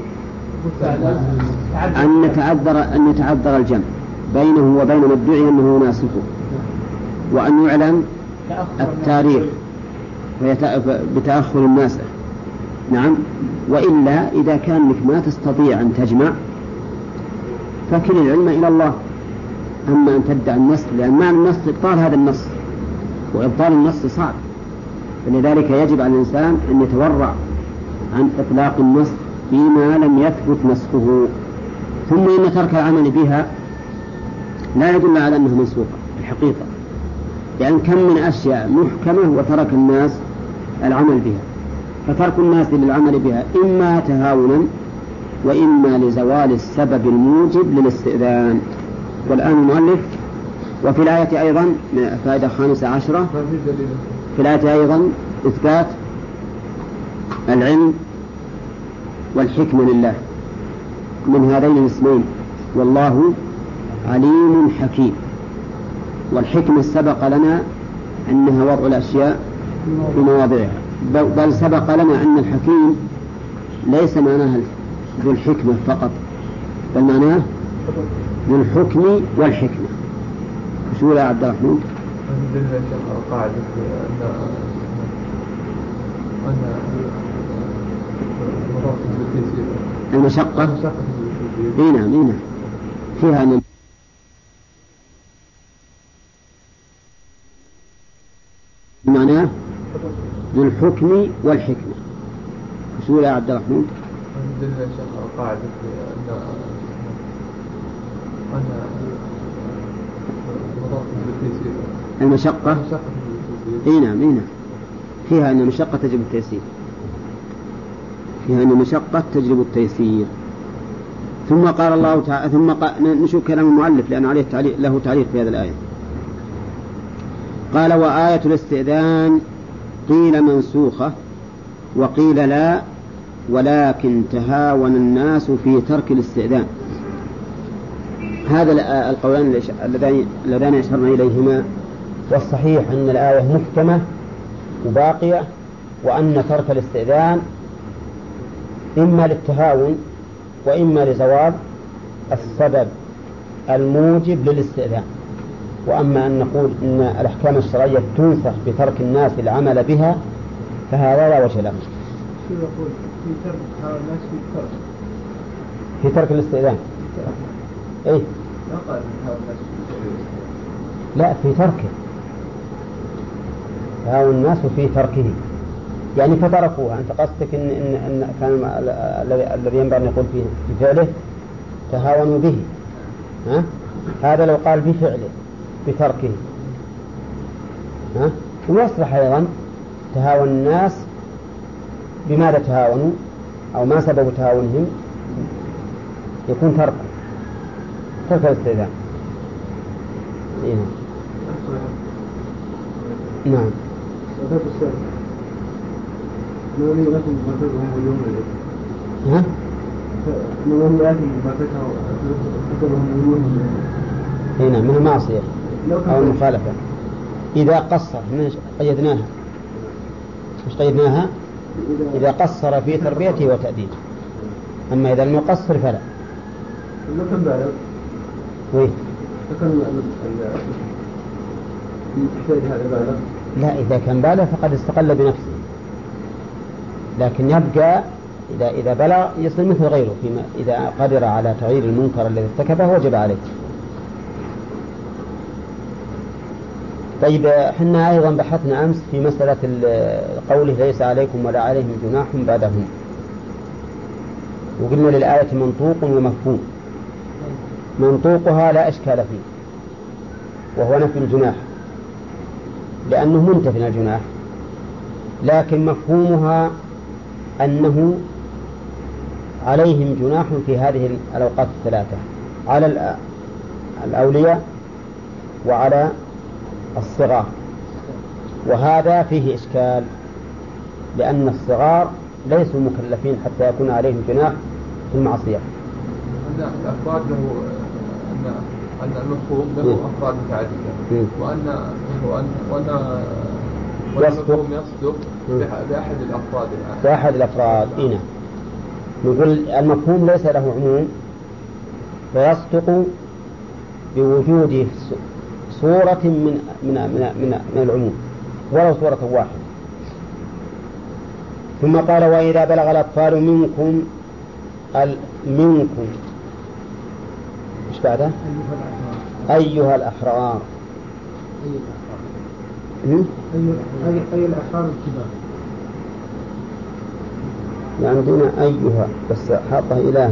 أن يتعذر الجمع بينه وبين مدعي أنه ناسخه، وأن يعلم التاريخ بتأخر الناسخ. نعم. وإلا إذا كان لك ما تستطيع أن تجمع فكل العلم إلى الله. أما أن تدعي النص، لأن معنى النص إبطال هذا النص، وإبطال النص صعب، فلذلك يجب على الإنسان أن يتورع عن إطلاق النص فيما لم يثبت نسخه. ثم إن ترك العمل بها لا يدل على أنها منسوخة الحقيقة، لأن كم من أشياء محكمة وترك الناس العمل بها، فترك الناس للعمل بها إما تهاونا وإما لزوال السبب الموجب للاستئذان. والآن المؤلف وفي الآية أيضا فائدة 15 في الآية أيضا إثبات العلم والحكمة لله من هذين الاسمين، والله عليم حكيم. والحكمة سبق لنا أنها وضع الأشياء في مواضعها، بل سبق لنا أن الحكيم ليس معناها ذو الحكمة فقط، بل معناه ذو الحكم والحكمة. شو يا عبد الرحمن؟ القاعدة المشقة نعم فيها أن معناه ذو الحكم والحكمة. شو يا عبد الرحمن؟ القاعدة المشقة نعم فيها أن المشقة تجلب التيسير، فيها أن المشقة تجلب التيسير. ثم قال الله تعالى، نشوف كلام المؤلف لأن عليه له تعليق في هذه الآية. قال وآية الاستئذان قيل منسوخة وقيل لا، ولكن تهاون الناس في ترك الاستئذان. هذا القولان اللذان أشرنا إليهما، والصحيح أن الآية محكمة وباقية، وأن ترك الاستئذان إما للتهاون وإما لزوال السبب الموجب للاستئذان. وأما أن نقول إن الأحكام الشرعية تنسخ بترك الناس العمل بها فهذا لا وجه له. يقول في ترك الناس في ترك الاستئذان إيه؟ لا في تركه، تهاون الناس في تركه يعني فتركوها. أنت قصدك إن كان الذي ينبغي أن يقول في فعله تهاونوا به، ها؟ هذا لو قال بفعله بتركه، ها؟ ويصلح أيضا تهاون الناس بماذا تهاونوا أو ما سبب تهاونهم، يكون ترك الاستئذان. نعم. ها؟ هنا من المعصية أو المخالفة. إذا قصر قيدناها، مش قيدناها إذا قصر في تربيته وتأديبه، أما إذا لم يقصر فلا. وين؟ لا، إذا كان بالغ فقد استقل بنفسه، لكن يبقى إذا بلغ يصير مثل غيره فيما إذا قدر على تغيير المنكر الذي ارتكبه وجب عليه. طيب حنا أيضا بحثنا أمس في مسألة قوله ليس عليكم ولا عليهم جناح بعدهم، وقلنا للآية منطوق ومفهوم. منطوقها لا إشكال فيه وهو نفي الجناح لأنه منتفي الجناح، لكن مفهومها أنه عليهم جناح في هذه الأوقات الثلاثة، على الأولياء وعلى الصغار، وهذا فيه إشكال لأن الصغار ليسوا مكلفين حتى يكون عليهم جناح في المعصية. الأفراد له أن أن المفهوم له أفراد متعددة وأن المفهوم يصدق بأحد الأفراد بأحد الأفراد. إيه نقول المفهوم ليس له عموم فيصدق بوجود صورة من العموم ولو صورة واحدة. ثم قال وإذا بلغ الأطفال منكم إيش بعده؟ أيها الأحرار. أي الأحرار الكبار يعني دون أيها بس حاطه إلها.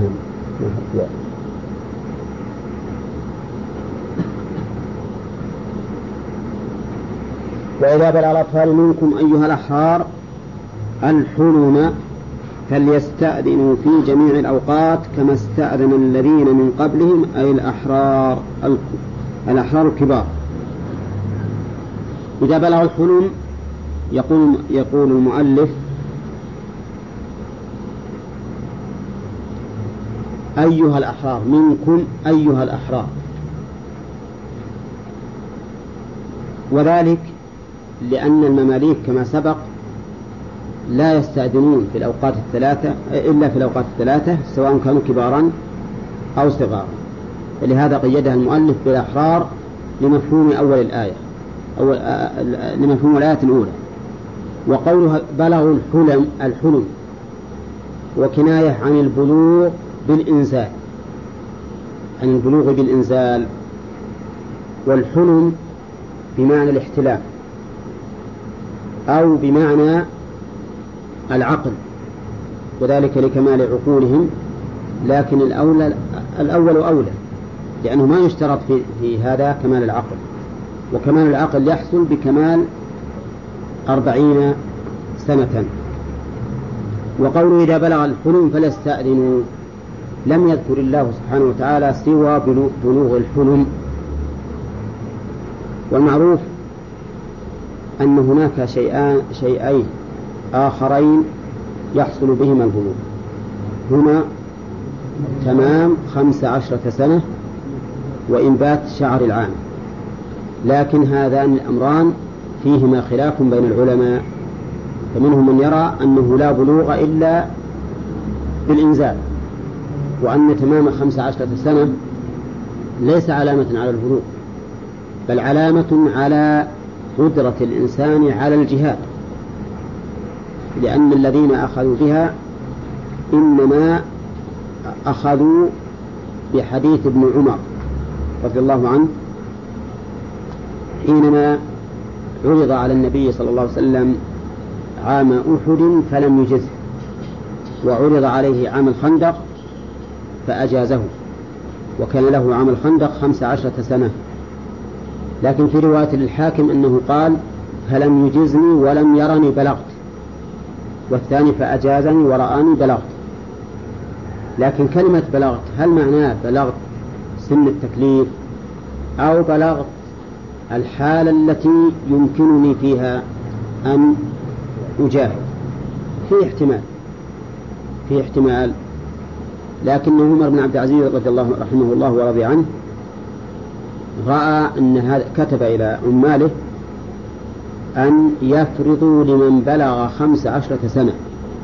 وإذا بلغ الأطفال منكم أيها الأحرار الحلم فليستأذنوا في جميع الأوقات كما استأذن الذين من قبلهم أي الأحرار الكبار. إذا بلغ الحلم يقول المؤلف أيها الأحرار منكم أيها الأحرار، وذلك لأن المماليك كما سبق لا يستأذنون في الأوقات الثلاثة إلا في الأوقات الثلاثة سواء كانوا كبارا أو صغارا، فلهذا قيدها المؤلف بالأحرار لمفهوم أول الآية أو لمفهوم الآية الأولى. وقولها بلغوا الحلم وكناية عن البلوغ بالإنزال، عن البلوغ بالإنزال، والحلم بمعنى الاحتلام أو بمعنى العقل، وذلك لكمال عقولهم، لكن الأول أولى لأنه ما يشترط في هذا كمال العقل، وكمال العقل يحصل بكمال 40 سنة. وقوله إذا بلغ الحلم فليستأذنوا لم يذكر الله سبحانه وتعالى سوى بلوغ الحلم، والمعروف أن هناك شيئين آخرين يحصل بهما البلوغ، هما تمام 15 سنة وإنبات شعر العام، لكن هذان الأمران فيهما خلاف بين العلماء، فمنهم من يرى أنه لا بلوغ إلا بالإنزال، وأن تمام 15 سنة ليس علامة على البلوغ بل علامة على قدرة الإنسان على الجهاد، لأن الذين أخذوا بها إنما أخذوا بحديث ابن عمر رضي الله عنه حينما عرض على النبي صلى الله عليه وسلم عام أحد فلم يجزه، وعرض عليه عام الخندق فأجازه، وكان له عام الخندق 15 سنة. لكن في رواية للحاكم أنه قال فلم يجزني ولم يرني بلغت، والثاني فأجازني ورآني بلغت. لكن كلمة بلغت هل معناه بلغت سن التكليف أو بلغت الحالة التي يمكنني فيها أن أجاهد؟ في احتمال، لكن عمر بن عبد العزيز رضي الله رحمه الله ورضي عنه رأى أن هذا، كتب إلى عماله أن يفرضوا لمن بلغ 15 سنة،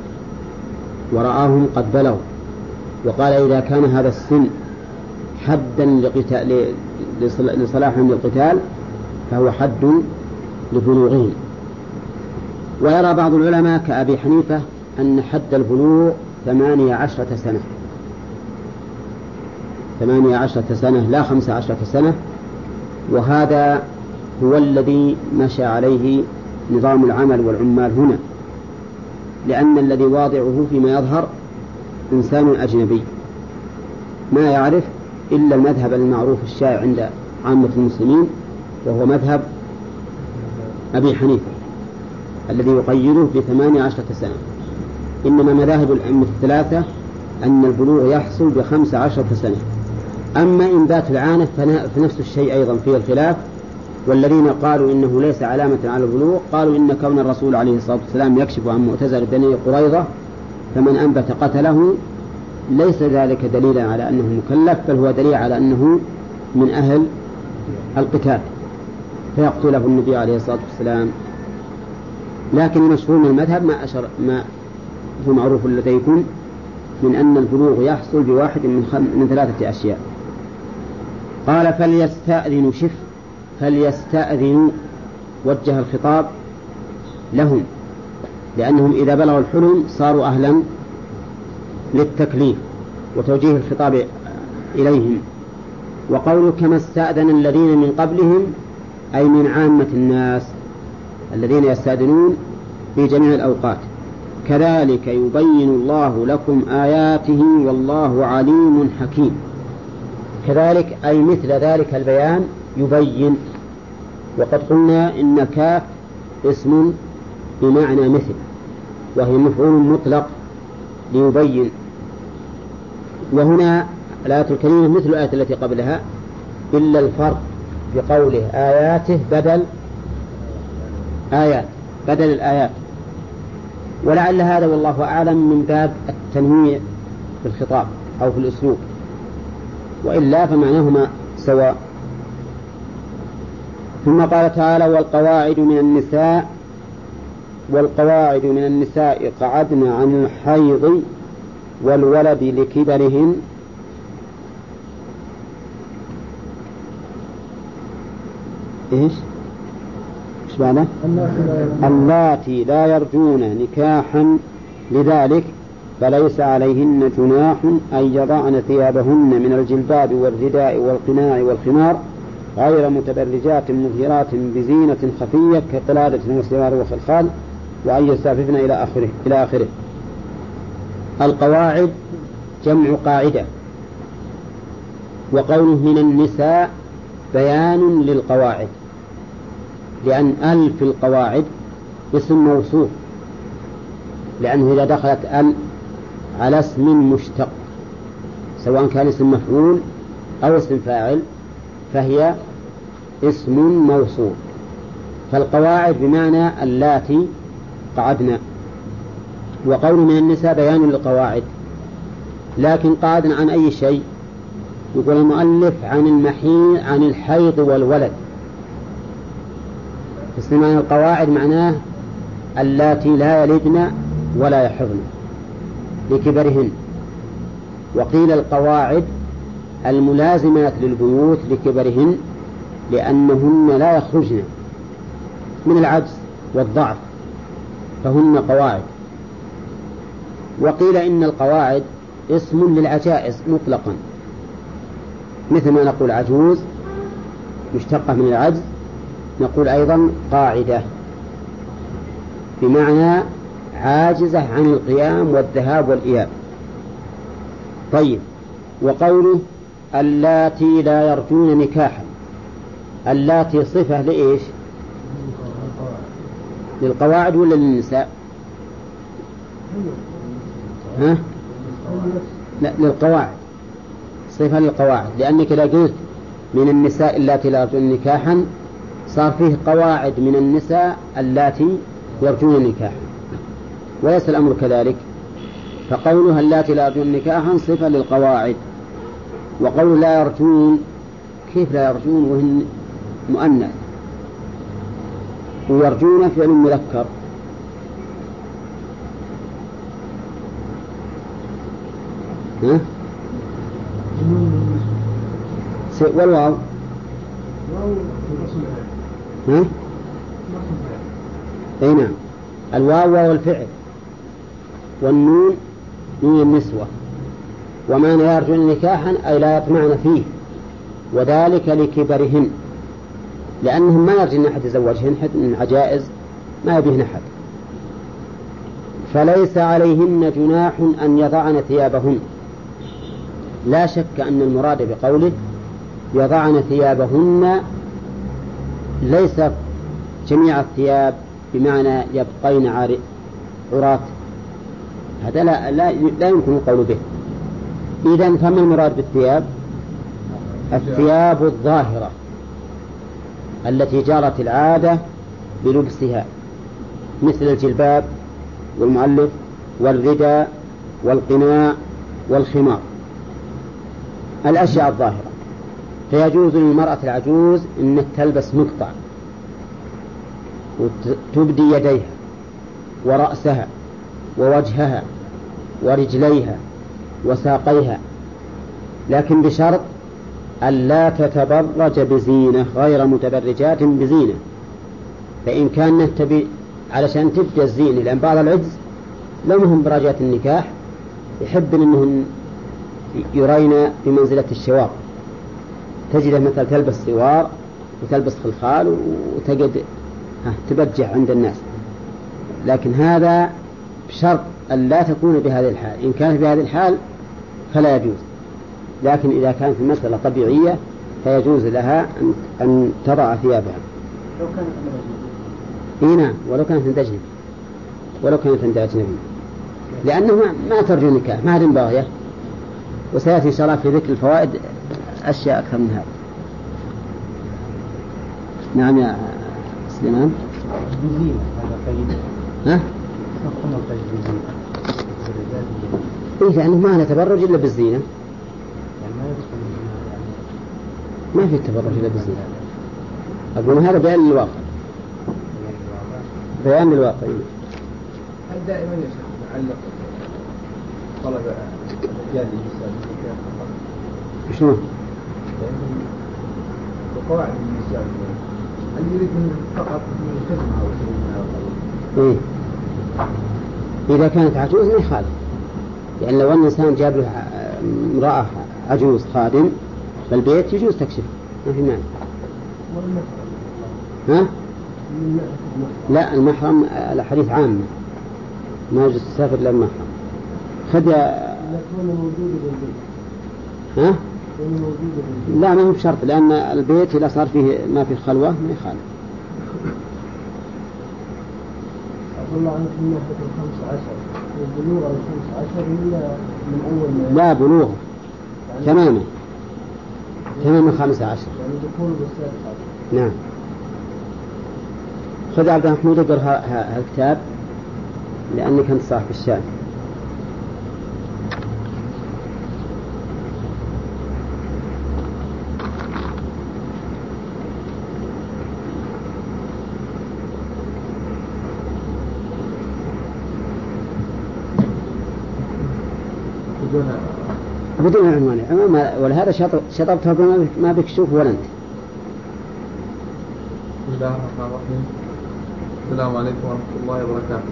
ورآهم قد بلغوا، وقال إذا كان هذا السن حدا لصلاحهم للقتال فهو حد لبلوغهم. ويرى بعض العلماء كأبي حنيفة أن حد البلوغ 18 سنة، 18 سنة لا 15 سنة، وهذا هو الذي مشى عليه نظام العمل والعمال هنا، لأن الذي واضعه فيما يظهر إنسان أجنبي ما يعرف إلا المذهب المعروف الشائع عند عامة المسلمين، وهو مذهب أبي حنيفة الذي يقيده ب18 سنة. إنما مذاهب الأئمة الثلاثة أن البلوغ يحصل ب15 سنة. أما إنبات العانة فنفس الشيء أيضا فيه الخلاف، والذين قالوا إنه ليس علامة على البلوغ قالوا إن كون الرسول عليه الصلاة والسلام يكشف عن معتزل بني قريظة فمن أنبت قتله ليس ذلك دليلا على أنه مكلف، بل هو دليل على أنه من أهل القتال فيقتله النبي عليه الصلاة والسلام. لكن المشهور من المذهب ما هو معروف لديكم من أن البلوغ يحصل بواحد من 3 أشياء. قال فليستأذنوا فليستأذنوا وجه الخطاب لهم لأنهم إذا بلغوا الحلم صاروا أهلا للتكليف وتوجيه الخطاب إليهم. وقوله كما استأذن الذين من قبلهم أي من عامة الناس الذين يستأذنون في جميع الأوقات. كذلك يبين الله لكم آياته والله عليم حكيم. كذلك أي مثل ذلك البيان يبين. وقد قلنا إن كاف اسم بمعنى مثل وهي مفعول مطلق ليبين. وهنا الآية الكريمة مثل الآية التي قبلها إلا الفرق بقوله آياته بدل آيات بدل الآيات. ولعل هذا والله أعلم من باب التنويع في الخطاب أو في الأسلوب وإلا فمعناهما سواء. ثم قال تعالى والقواعد من النساء قعدن عن الحيض والولد لكبرهن إيش معنى اللاتي لا يرجون نكاحا لذلك فليس عليهن جناح أن يضعن ثيابهن من الجلباب والرداء والقناع والخمار غير متبرجات مظهرات بزينة خفية كقلادة والسوار والخلخال وأن يستعففن إلى آخره. القواعد جمع قاعدة. وقوله من النساء بيان للقواعد لأن في القواعد اسم موصوف لأنه إذا دخلت على اسم مشتق سواء كان اسم مفعول أو اسم فاعل فهي اسم موصوف. فالقواعد بمعنى اللاتي قعدنا. وقول من النساء بيان للقواعد لكن قعدنا عن أي شيء؟ يقول المؤلف عن الحيض والولد. فسمعنا القواعد معناه اللاتي لا يلدن ولا يحضن لكبرهن. وقيل القواعد الملازمات للبيوت لكبرهن لأنهن لا يخرجن من العجز والضعف فهن قواعد. وقيل إن القواعد اسم للعجائز مطلقا مثل ما نقول عجوز مشتقة من العجز نقول أيضا قاعدة بمعنى عاجزة عن القيام والذهاب والإياب. طيب وقوله اللاتي لا يرجون نكاحا اللاتي صفة لإيش؟ للقواعد ولا للنساء؟ ها؟ لا للقواعد صفة للقواعد لأنك إذا قلت من النساء اللاتي لا يرجون نكاحا صار فيه قواعد من النساء اللاتي يرجون نكاحا وليس الأمر كذلك. فقولها اللاتي لا يرجون نكاحا صفة للقواعد. وقول لا يرجون كيف لا يرجون وهن مؤنث ويرجون فعل مذكر ها؟ والواو ها؟ أي نعم الواو والفعل والنون نون النسوة. وما لا يرجون نكاحا أي لا يطمعن فيه وذلك لكبرهن لأنهم ما يرجون أحد يزوجهن من عجائز ما يبيهن أحد. فليس عليهن جناح أن يضعن ثيابهن. لا شك أن المراد بقوله يضعن ثيابهن ليس جميع الثياب بمعنى يبقين عرات هذا لا يمكن القول به. إذن فما المراد بالثياب؟ الثياب الظاهرة التي جرت العادة بلبسها مثل الجلباب والمعلف والرداء والقناع والخمار الأشياء الظاهرة. فيجوز للمرأة العجوز أن تلبس مقطع وتبدي يديها ورأسها ووجهها ورجليها وساقيها، لكن بشرط ألا تتبرج بزينة غير متبرجات بزينة. فإن كانت تبي علشان تبدأ الزينة، لأن بعض العجز لو هم براجات النكاح يحب أنهم يرين بمنزلة الشوار، تجد مثل تلبس سوار وتلبس خلخال وتجد تبجح عند الناس، لكن هذا بشرط أن لا تكون بهذه الحال. إن كانت بهذه الحال فلا يجوز، لكن إذا كانت المسألة طبيعية فيجوز لها أن تضع ثيابها. لو كانت أجنبية. نعم، ولو كانت عند أجنبي، ولو كانت عند أجنبي، لأنه ما ترجو نكاح، ما هذه باغية. وسيأتي إن شاء الله في ذكر الفوائد أشياء أكثر من هذا. نعم يا سليمان. بزينة هذا قيد. ها؟ نقوم القيد بزينة. إيه، لأنه ما نتبرج إلا بالزينة. يعني ما يدخل ما في التبرج إلا بالزينة. أقول هذا بيان للواقع. بيان للواقع. هل دائما يا شيخ يعلق طلب الرجال للنساء شنو؟ يعني بقواعد النساء هل يريد منه فقط من الخدمة أو شيء؟ إيه، إذا كانت عجوز ما يخالف، يعني لو أن الإنسان جاب له امرأة عجوز خادم فالبيت يجوز تكشف، ما في مانع. ها؟ لا، المحرم الحديث عام، ما يجوز تسافر إلا المحرم. خد ها؟ لا، ما هو بشرط، لأن البيت إذا صار فيه ما فيه خلوة ما يخالف. والله عنك من ناحية 15 والبلوغ 15 إلا من أول لا، بلوغ تماما 15. يعني دخول بالسادس. نعم. خذ عبد محمود اقرأ هالكتاب لأنك أنت صاحب الشأن. بدون عنوان، ولهذا شطبته ما بك شوف ولا أنت. بسم الله الرحمن الرحيم. السلام عليكم ورحمة الله وبركاته.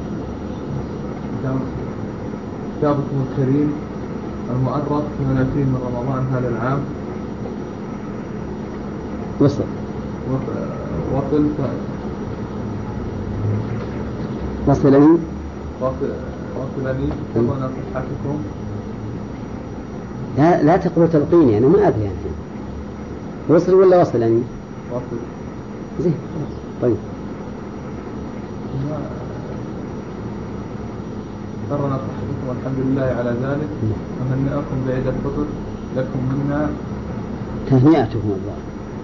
كتابكم الكريم المؤرخ 28 من رمضان هذا العام. وصل وصلني تظن صحتكم. لا تقبل تلقيني، يعني ما أدري يعني وصل ولا وصلني. وصل زين. طيب. قرنا صحتكم والحمد لله على ذلك. أهنئكم بعيد الفطر، لكم منا تهنئتكم الله.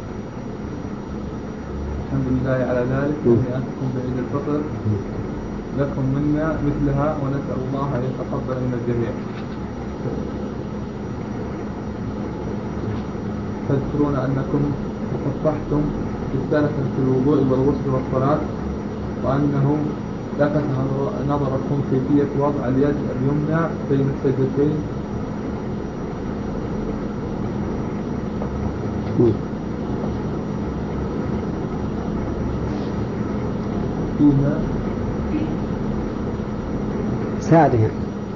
الحمد لله على ذلك. تهنئتكم بعيد الفطر، لكم منا مثلها، ونسأل الله أن يتقبل من الجميع. تذكرون أنكم تصفحتم رسالة في الوضوء والغسل والصلاة، وأنه لفت نظركم كيفية وضع اليد اليمنى بين السجدتين فيما ساعدها.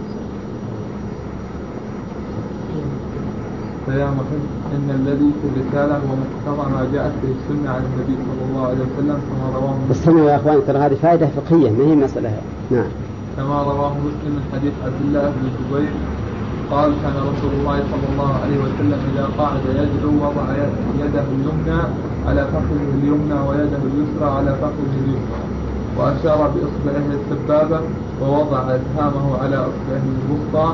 فيا محب إن الذي في الرسالة هو مقتضى ما جاءت به السنة عن النبي صلى الله عليه وسلم كما رواه مسلم. استمعوا يا أخوان، ترى هذه فائدة فقهية ما هي مسألة. نعم. كما رواه مسلم من حديث عبد الله بن الزبير قال كان رسول الله صلى الله عليه وسلم إذا قعد يدعو وضع يده اليمنى على فخذه اليمنى ويده اليسرى على فخذه اليسرى، وأشار بإصبعه السبابة ووضع إبهامه على إصبعه الوسطى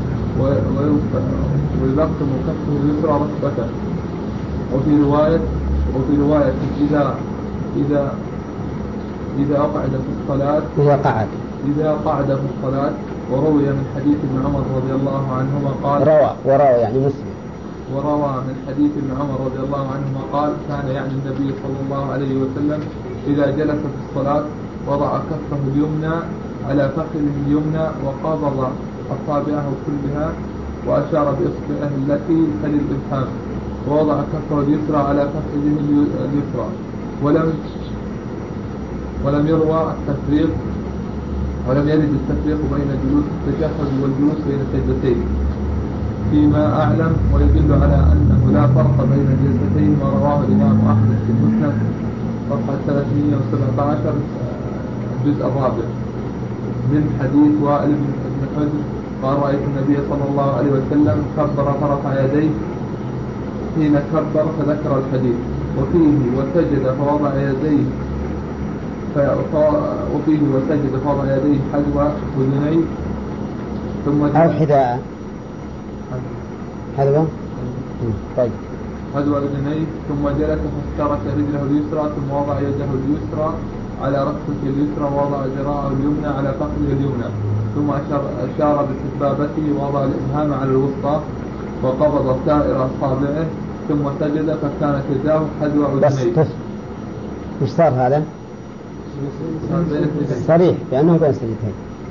ويلقم كفه اليسرى ركبته. وفي رواية إذا قعد في الصلاة إذا قعد في الصلاة. وروي من حديث ابن عمر رضي الله عنهما قال وروى يعني مسلم وروى من حديث ابن عمر رضي الله عنهما قال كان يعني النبي صلى الله عليه وسلم إذا جلس في الصلاة وضع كفه اليمنى على فخذه اليمنى وقبض أصابعه كلها وأشار بإصبعه التي تلي الإبهام ووضع كفه اليسرى على فخذه اليسرى ولم يروى التفريق ولم يرد التفريق بين جلوس التشهد والجلوس بين السجدتين فيما أعلم، ويدل على أنه لا فرق بين الجلستين ما رواه الإمام أحمد في المسند صفحة 317 الجزء الرابع من حديث وائل بن حجر قال رأيت النبي صلى الله عليه وسلم كبر فرفع يديه حين كبر فذكر الحديث وفيه وسجد فوضع يديه حذو أذنيه ثم أو حذاء حذو طيب حذو أذنيه ثم جلس فافترش رجله اليسرى ثم وضع يده اليسرى على ركبته اليسرى ووضع ذراعه اليمنى على فخذه اليمنى ثم أشار بسبابته ووضع الإبهام على الوسطى وقبض سائر أصابعه ثم سجد فكانت يداه حذو أذنيه. بس وش صار هذا؟ صريح بأنه بين سجدتين.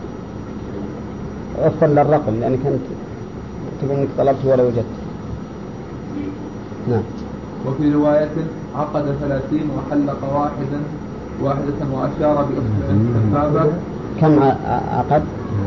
أفضل للرقم لأنك أنت تقول إنك طلبت ولا وجدت. نعم. وفي رواية عقد 30 وحلق واحدة وأشار بإصبعه. كم عقد؟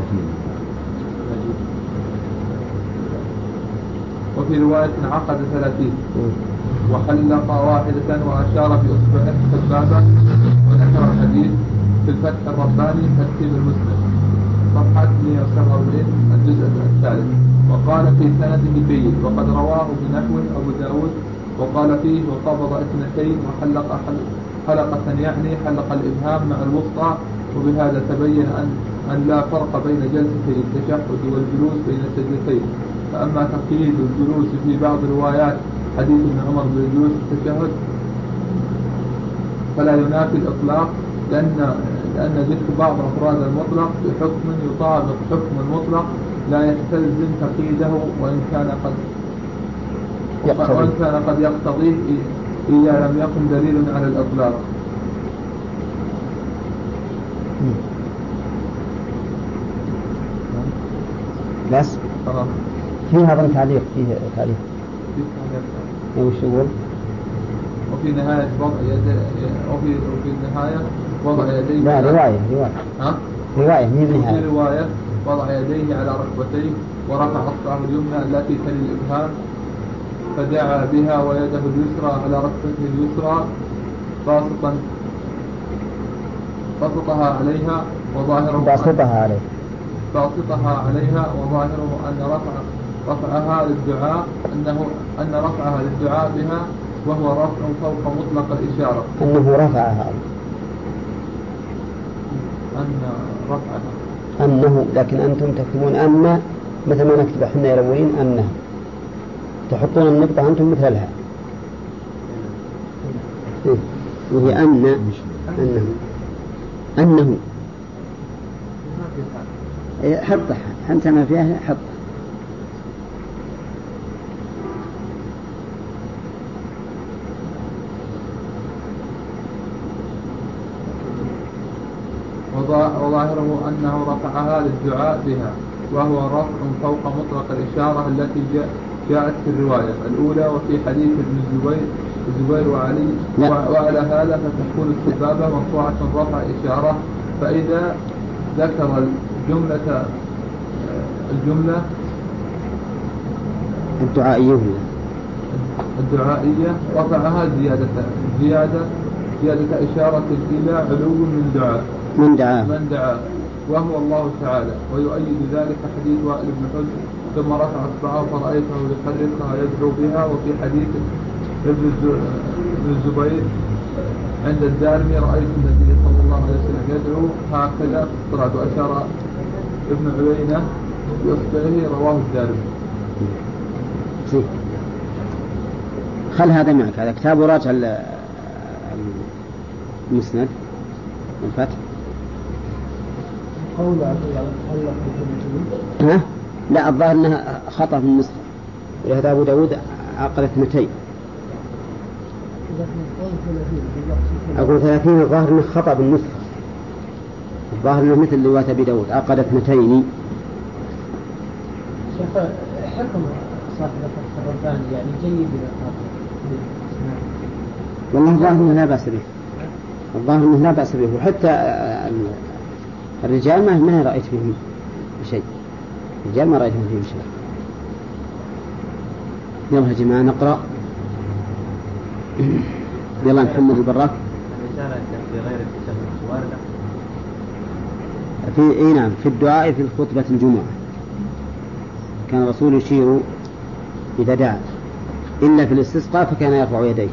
وفي رواية عقد 30 وحلق واحدة وأشار بإصبعه السبابة. وذكر الحديث في الفتح الرباني ترتيب المسلم صفحة 147 الجزء الثالث وقال في سنده جيد وقد رواه بنحو أبو داود وقال فيه وقبض 2 وحلق حلقة يعني حلق الإبهام مع الوسطى. وبهذا تبين أن لا فرق بين جلسة التشهد والجلوس بين السجدتين. فأما تقييد الجلوس في بعض روايات حديث ابن عمر بالجلوس التشهد فلا ينافي الإطلاق لأن ذكر بعض أفراد المطلق بحكم يطابق حكم المطلق لا يستلزم تقييده وإن كان قد يقتضيه إذا لم يكن دليل على الإطلاق. بس فيها ظن تعليق فيه تعليق وش يقول؟ وفي نهاية وفي النهاية وضع يديه لا رواية رواية من نهاية. وفي رواية وضع يديه على ركبتيه ورفع أصبعه اليمنى التي تلي الإبهام فدعا بها ويده اليسرى على ركبته اليسرى بسطها عليها وظاهره أن رفعها للدعاء بها وهو رفع فوق مطلق الإشارة. أنه رفعها أنه لكن أنتم تكتبون أن مثل ما نكتب احنا يلوين أنه تحطون النقطة أنتم مثلها وهي أنه حطها أنت ما فيها حط. وظاهره أنه رفعها للدعاء بها وهو رفع فوق مطلق الإشارة التي جاءت في الرواية الأولى وفي حديث ابن الزبير وعلي. وعلى هذا فتكون السبابة مرفوعة رفع إشارة. فإذا ذكر الجملة الدعائية رفعها زيادة إشارة إلى علو من دعا وهو الله تعالى. ويؤيد ذلك حديث وائل بن حجر ثم رفع أصبعه فرأيته يحركها يدعو بها. وفي حديث ابن الزبير عند الدارمي رأيت النبي صلى الله عليه وسلم يدعو هكذا في الصلاة وأشار ابن عيينة بإصبعه رواه الدارمي. خل هذا معك هذا كتاب راجع المسند الفتح. لا الظاهر أنها خطأ في النسخة ولهذا أبو داود عقد 200. أقول 30 الظاهر أنه خطأ بالنسخة، الظاهر أنه مثل رواية أبي داود عقد 2. شيخ حكم صاحب الرباني يعني جيد والله الظاهر أنه لا بأس به، الظاهر أنه لا بأس به، وحتى الرجال ما رأيت فيهم شيء، الرجال ما رأيت فيهم شيء. يلا يا جماعة نقرأ. يلا محمد البراك. الرسالة في غير التشهد واردة في نعم في الدعاء في خطبة الجمعة كان الرسول يشير إذا دعا، إلا في الاستسقاء فكان يرفع يديه.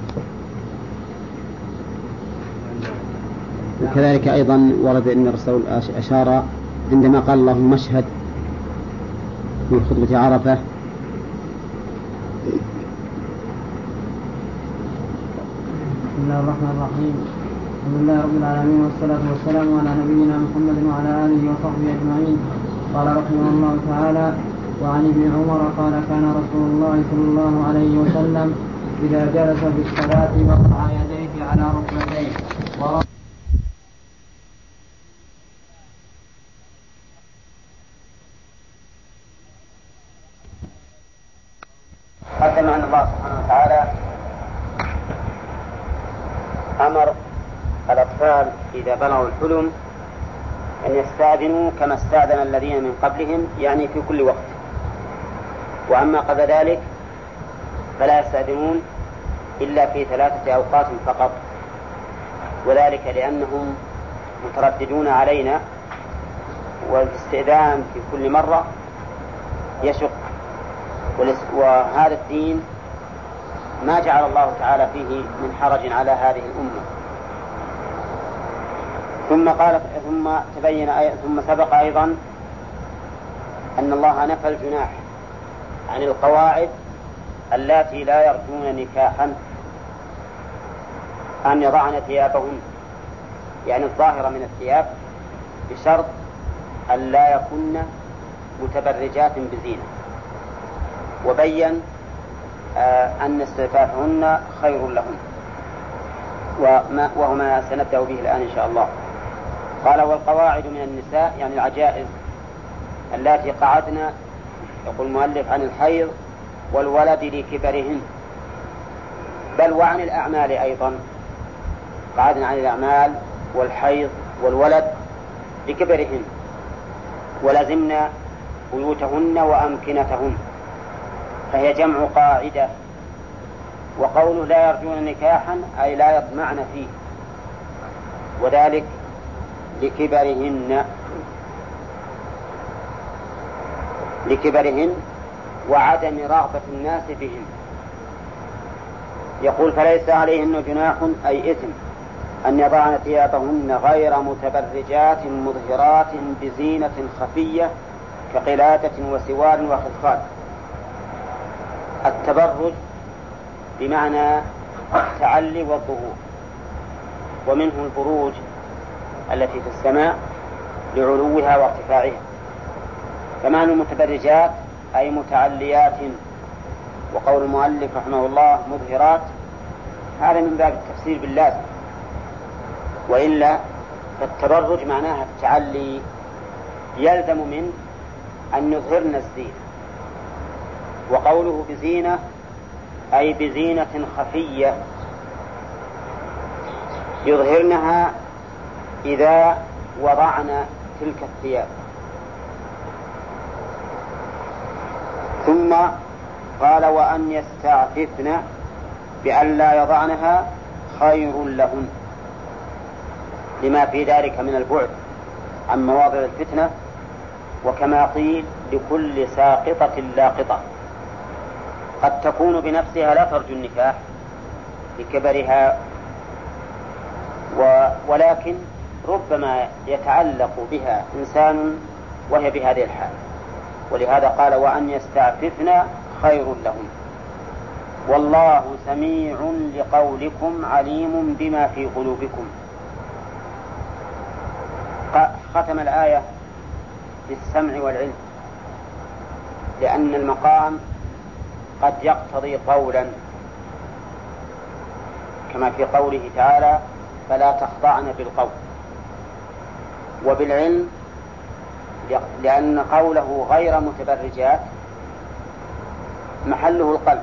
وكذلك أيضا ورد أن الرسول أشار عندما قال اللهم اشهد في خطبة عرفة. بسم الله الرحمن الرحيم. الحمد لله رب العالمين، والصلاة والسلام على نبينا محمد وعلى آله وصحبه أجمعين. قال رحمه الله تعالى: وعن ابن عمر قال كان رسول الله صلى الله عليه وسلم إذا جلس في الصلاة وضع يديه على ركبتيه قدم أن الله سبحانه وتعالى أمر الأطفال إذا بلغوا الحلم أن يستأذنوا كما استأذن الذين من قبلهم، يعني في كل وقت. وأما قبل ذلك فلا يستأذنون إلا في 3 أوقات فقط، وذلك لأنهم مترددون علينا، والاستئذان في كل مرة يشق، وهذا الدين ما جعل الله تعالى فيه من حرج على هذه الأمة. ثم سبق أيضا أن الله نفى الجناح عن القواعد اللاتي لا يرجون نكاحا أن يضعن ثيابهن، يعني الظاهرة من الثياب، بشرط أن لا يكن متبرجات بزينة، وبين أن استعفافهن خير لهن، وهو ما سنبدأ به الآن إن شاء الله. قال: والقواعد من النساء يعني العجائز التي قعدنا، يقول المؤلف، عن الحيض والولد لكبرهن، بل وعن الأعمال أيضا، قعدنا عن الأعمال والحيض والولد لكبرهن، ولزمنا بيوتهن وأمكنتهن، فهي جمع قاعدة. وقوله لا يرجون نكاحا أي لا يطمعن فيه، وذلك لكبرهن وعدم رغبة الناس بهن. يقول: فليس عليهن جناح أي إثم أن يضعن ثيابهن غير متبرجات مظهرات بزينة خفية كقلادة وسوار وخلخال. التبرج بمعنى التعلي والظهور، ومنه البروج التي في السماء لعلوها وارتفاعها. فمعنى المتبرجات أي متعليات، وقول المؤلف رحمه الله مظهرات، هذا من باب التفسير باللازم، وإلا فالتبرج معناها التعلي، يلزم من أن يظهرن الزينة. وقوله بزينة أي بزينة خفية يظهرنها إذا وضعن تلك الثياب. ثم قال: وأن يستعففن بأن لا يضعنها خير لهن، لما في ذلك من البعد عن مواضع الفتنة، وكما قيل لكل ساقطة لاقطة. قد تكون بنفسها لا ترجو النكاح لكبرها، ولكن ربما يتعلق بها إنسان وهي بهذه الحال، ولهذا قال: وأن يستعففن خير لهم، والله سميع لقولكم عليم بما في قلوبكم. ختم الآية بالسمع والعلم، لأن المقام قد يقتضي قولا، كما في قوله تعالى فلا تخضعن بالقول، وبالعلم لأن قوله غير متبرجات محله القلب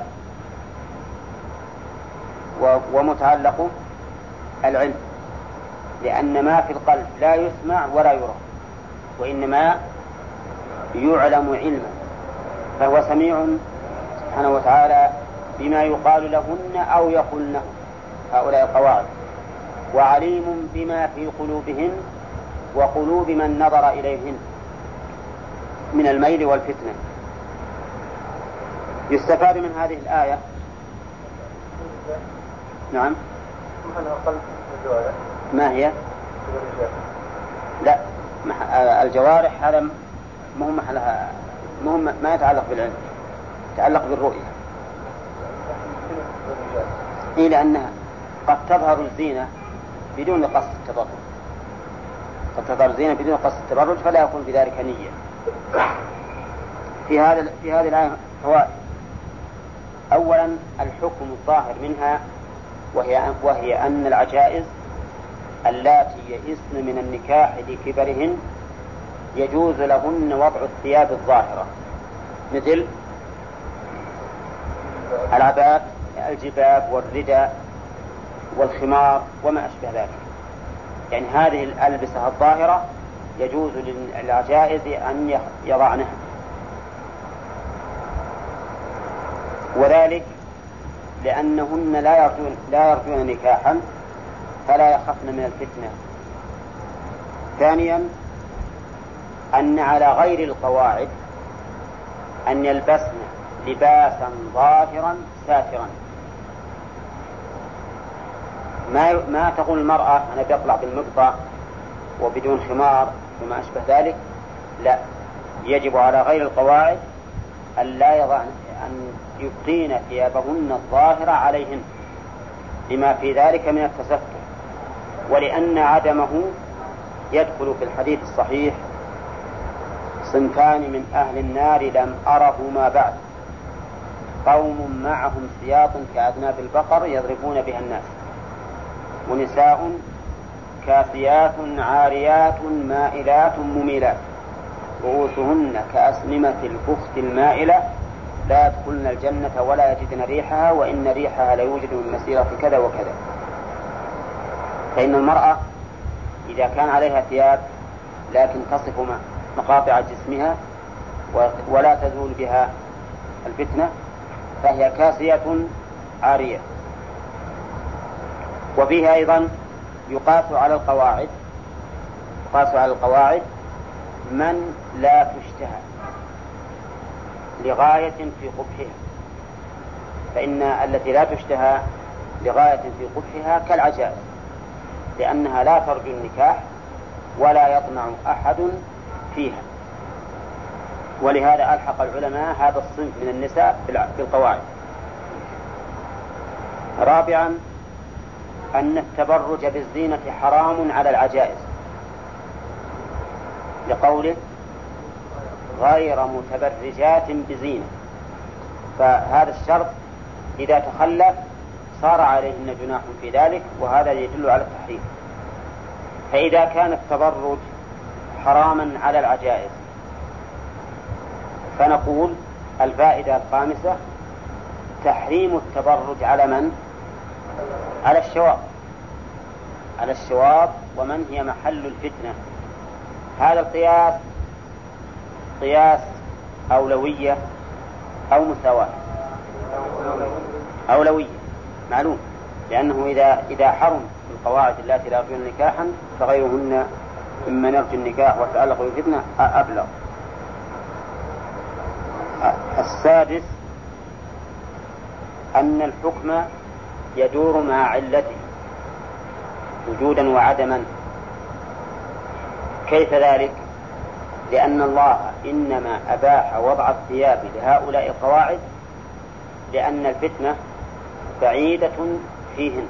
ومتعلقه العلم، لأن ما في القلب لا يسمع ولا يرى، وإنما يعلم علما، فهو سميع سبحانه وتعالى بما يقال لهن أو يقولنه هؤلاء القواعد، وعليم بما في قلوبهن وقلوب من نظر إليهن من الميل والفتنة. يستفاد من هذه الآية نعم ما هي؟ لا، الجوارح هذا مهم محلها، ما يتعلق بالعلم، يتعلق بالرؤية. إيه، لأنها قد تظهر الزينة بدون قصد التبرج، قد تظهر الزينة بدون قصد التبرج فلا يكون بذلك نية. في هذه الآية فوائد. أولا الحكم الظاهر منها وهي أن العجائز اللاتي يئسن من النكاح لكبرهن يجوز لهن وضع الثياب الظاهرة مثل العباءة، الجباب والرداء والخمار وما أشبه ذلك، يعني هذه الألبسة الظاهرة يجوز للعجائز أن يضعنها، وذلك لأنهن لا يرجون نكاحا فلا يخفن من الفتنة. ثانيا أن على غير القواعد أن يلبسن لباسا ظاهرا ساترا، ما تقول المرأة أنا بيطلع بالمقطع وبدون خمار وما أشبه ذلك، لا، يجب على غير القواعد أن يبقين ثيابهن الظاهرة عليهن لما في ذلك من التستر، ولأن عدمه يدخل في الحديث الصحيح صنفان من أهل النار لم أرهما بعد، قوم معهم سياط كأذناب البقر يضربون بها الناس، ونساء كاسيات عاريات مائلات مميلات رؤوسهن كأسنمة البخت المائلة لا يدخلن الجنة ولا يجدن ريحها وإن ريحها ليوجد من مسيرة كذا وكذا. فإن المرأة إذا كان عليها ثياب لكن تصف مقاطع جسمها ولا تزول بها الفتنة فهي كاسية عارية. وفيها أيضا يقاس على القواعد من لا تشتهى لغاية في قبحها، فإن التي لا تشتهى لغاية في قبحها كالعجائز، لأنها لا ترجو النكاح ولا يطمع أحد فيها، ولهذا ألحق العلماء هذا الصنف من النساء بالقواعد. رابعا أن التبرج بالزينة حرام على العجائز، لقوله غير متبرجات بزينة، فهذا الشرط إذا تخلف صار عليهن جناح في ذلك، وهذا يدل على التحريم. فإذا كان التبرج حراما على العجائز فنقول الفائدة الخامسة تحريم التبرج على من؟ على الشواط ومن هي محل الفتنة. هذا القياس قياس أولوية أو مساواة؟ أولوية معلوم، لأنه إذا حرم القواعد التي لا يرجون نكاحا فغيرهن ممن يرجو النكاح وتعلق بالفتنة أبلغ. السادس أن الحكم يدور مع علته وجودا وعدما. كيف ذلك؟ لأن الله إنما أباح وضع الثياب لهؤلاء القواعد لأن الفتنة بعيدة فيهن،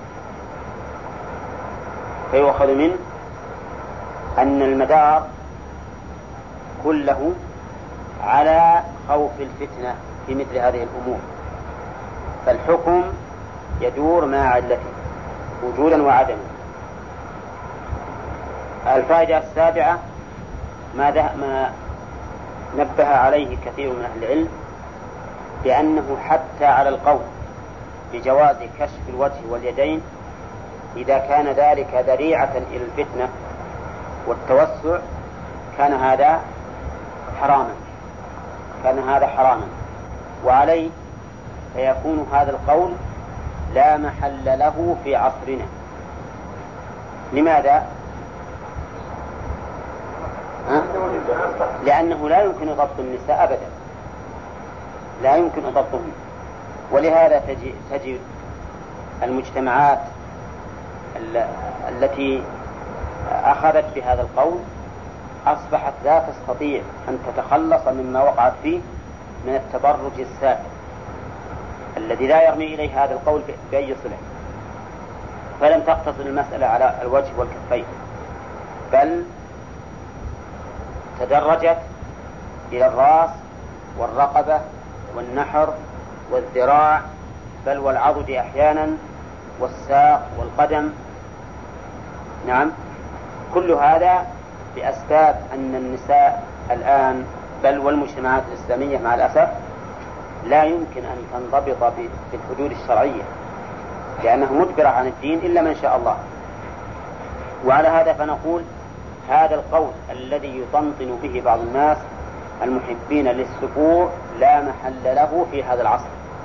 فيؤخذ منه أن المدار كله على خوف الفتنة في مثل هذه الأمور، فالحكم يدور مع علته وجودا وعدما. الفائدة السابعة ما نبه عليه كثير من أهل العلم، بأنه حتى على القول بجواز كشف الوجه واليدين إذا كان ذلك ذريعة إلى الفتنة والتوسع كان هذا حراما، وعليه فيكون هذا القول لا محل له في عصرنا. لماذا؟ لأنه لا يمكن ضبط النساء أبدا، لا يمكن ضبطهم. ولهذا تجد المجتمعات التي أخذت بهذا القول أصبحت لا تستطيع أن تتخلص مما وقعت فيه من التبرج السافل الذي لا يرمي إليه هذا القول بأي صلة. فلم تقتصر المسألة على الوجه والكفين، بل تدرجت إلى الرأس والرقبة والنحر والذراع، بل والعضد أحيانا، والساق والقدم. نعم، كل هذا بأسباب أن النساء الآن بل والمجتمعات الإسلامية مع الأسف لا يمكن أن تنضبط بالحدود الشرعية، لأنها مجبرة عن الدين إلا من شاء الله. وعلى هذا فنقول هذا القول الذي يطنطن به بعض الناس المحبين للسفور لا محل له في هذا العصر،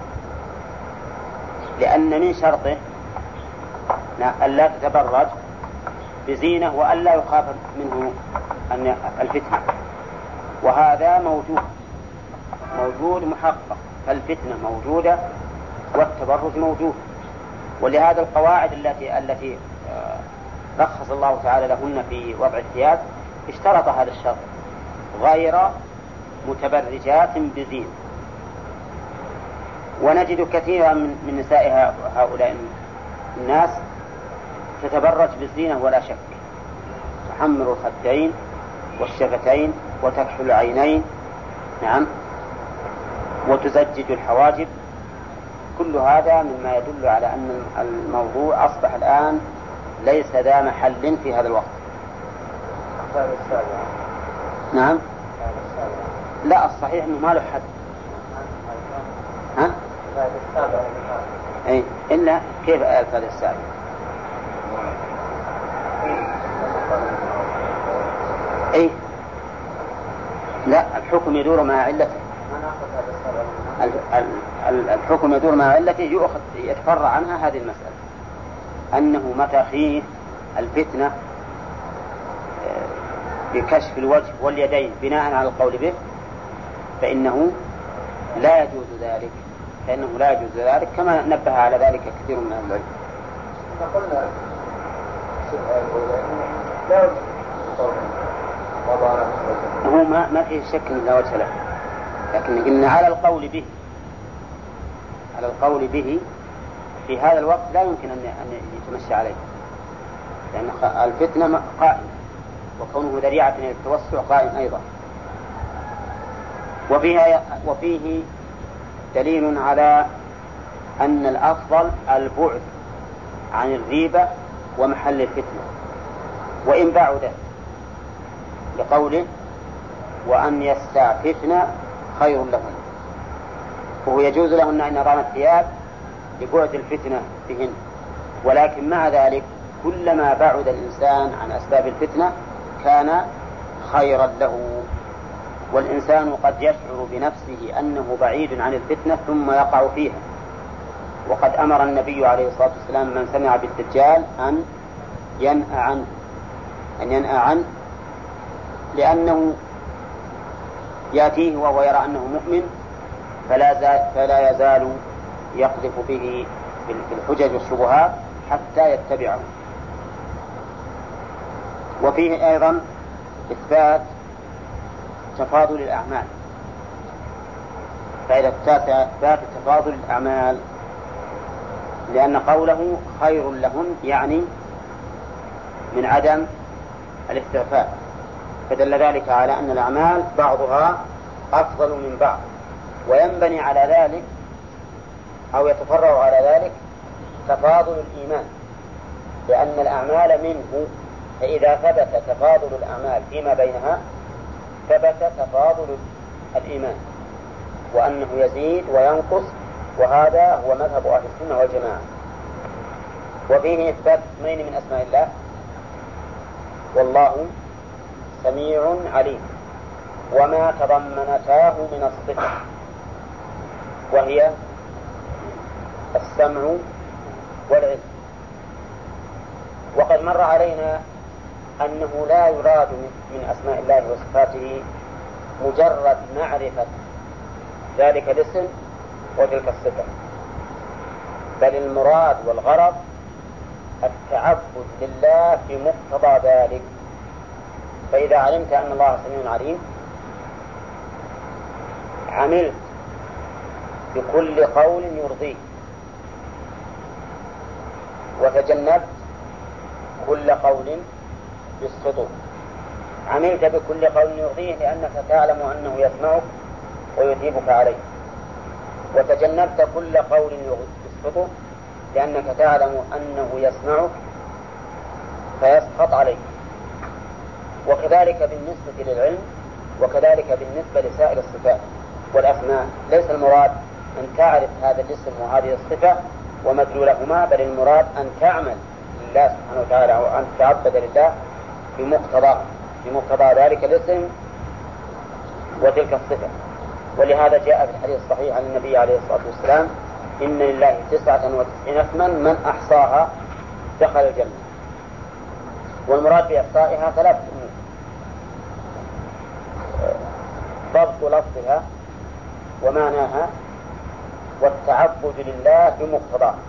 لأن من شرطه ألا تتبرج بزينة وألا يخاف منه أن الفتنة، وهذا موجود محقق، فالفتنة موجودة والتبرج موجود. ولهذا القواعد التي رخص الله تعالى لهن في وضع الثياب اشترط هذا الشرط: غير متبرجات بزينة. ونجد كثيرا من نساء هؤلاء الناس تتبرج بالزينة ولا شك، تحمر الخدين والشفتين وتكحل العينين، نعم، وتزجج الحواجب. كل هذا مما يدل على أن الموضوع أصبح الآن ليس ذا محل في هذا الوقت. نعم، لا، الصحيح أنه ما له حد. ها؟ أي إلا كيف الفائدة السابقة؟ أي لا، الحكم يدور مع علته. الحكم يدور مع علته، يتفرع عنها هذه المسألة، أنه متى خيف الفتنة بكشف الوجه واليدين بناء على القول به فإنه لا يجوز ذلك، كما نبه على ذلك كثير من العلماء. هو ما فيه شك من لا وجه له، لكن قلنا على القول به في هذا الوقت لا يمكن أن يتمشى عليه، لأن الفتنة قائمة، وكونه ذريعة إلى التوسع قائم أيضا. وفيه دليل على أن الأفضل البعد عن الغيبة ومحل الفتنة وإن بعدت، لقوله: وأن يستعففن خير لهن. وهو يجوز لهن أن يضعن الثياب لبعد الفتنة بهن، ولكن مع ذلك كلما بعد الإنسان عن أسباب الفتنة كان خيرا له. والإنسان قد يشعر بنفسه أنه بعيد عن الفتنة ثم يقع فيها، وقد أمر النبي عليه الصلاة والسلام من سمع بالدجال أن ينأى عنه لأنه يأتيه وهو يرى أنه مؤمن فلا يزال يقذف به بالحجج والشبهات حتى يتبعه. وفيه أيضا إثبات تفاضل الأعمال. فإذا التاسع إثبات تفاضل الأعمال، لأن قوله خير لهن يعني من عدم الاستغفال، فدل ذلك على أن الأعمال بعضها أفضل من بعض. وينبني على ذلك أو يتفرع على ذلك تفاضل الإيمان، لأن الأعمال منه، فإذا ثبت تفاضل الأعمال فيما بينها ثبت تفاضل الإيمان، وأنه يزيد وينقص، وهذا هو مذهب أهل السنة والجماعة. وفيه إثبات اسمين من أسماء الله: والله سميع عليم، وما تضمنتاه من الصفة، وهي السمع والعلم. وقد مر علينا أنه لا يراد من أسماء الله وصفاته مجرد معرفة ذلك الاسم وتلك الصفة، بل المراد والغرض التعبد لله بمقتضى ذلك. فإذا علمت أن الله سميع عليم عملت بكل قول يرضيه، وتجنبت كل قول يسخطه. عملت بكل قول يرضيه لأنك تعلم أنه يسمعك ويثيبك عليه، وتجنبت كل قول يسخطه لأنك تعلم أنه يسمعك فيسخط عليك. وكذلك بالنسبة للعلم، وكذلك بالنسبة لسائر الصفات والأسماء. ليس المراد أن تعرف هذا الاسم وهذه الصفة ومدلولهما، بل المراد أن تعمل لله سبحانه وتعالى وأن تتعبد لله بمقتضى ذلك الاسم وتلك الصفة. ولهذا جاء في الحديث الصحيح عن النبي عليه الصلاة والسلام: إن لله 99 اسما من أحصاها دخل الجنة. والمراد بإحصائها 3 أمور: ضبط لفظها ومعناها، والتعبد لله بمقتضاه.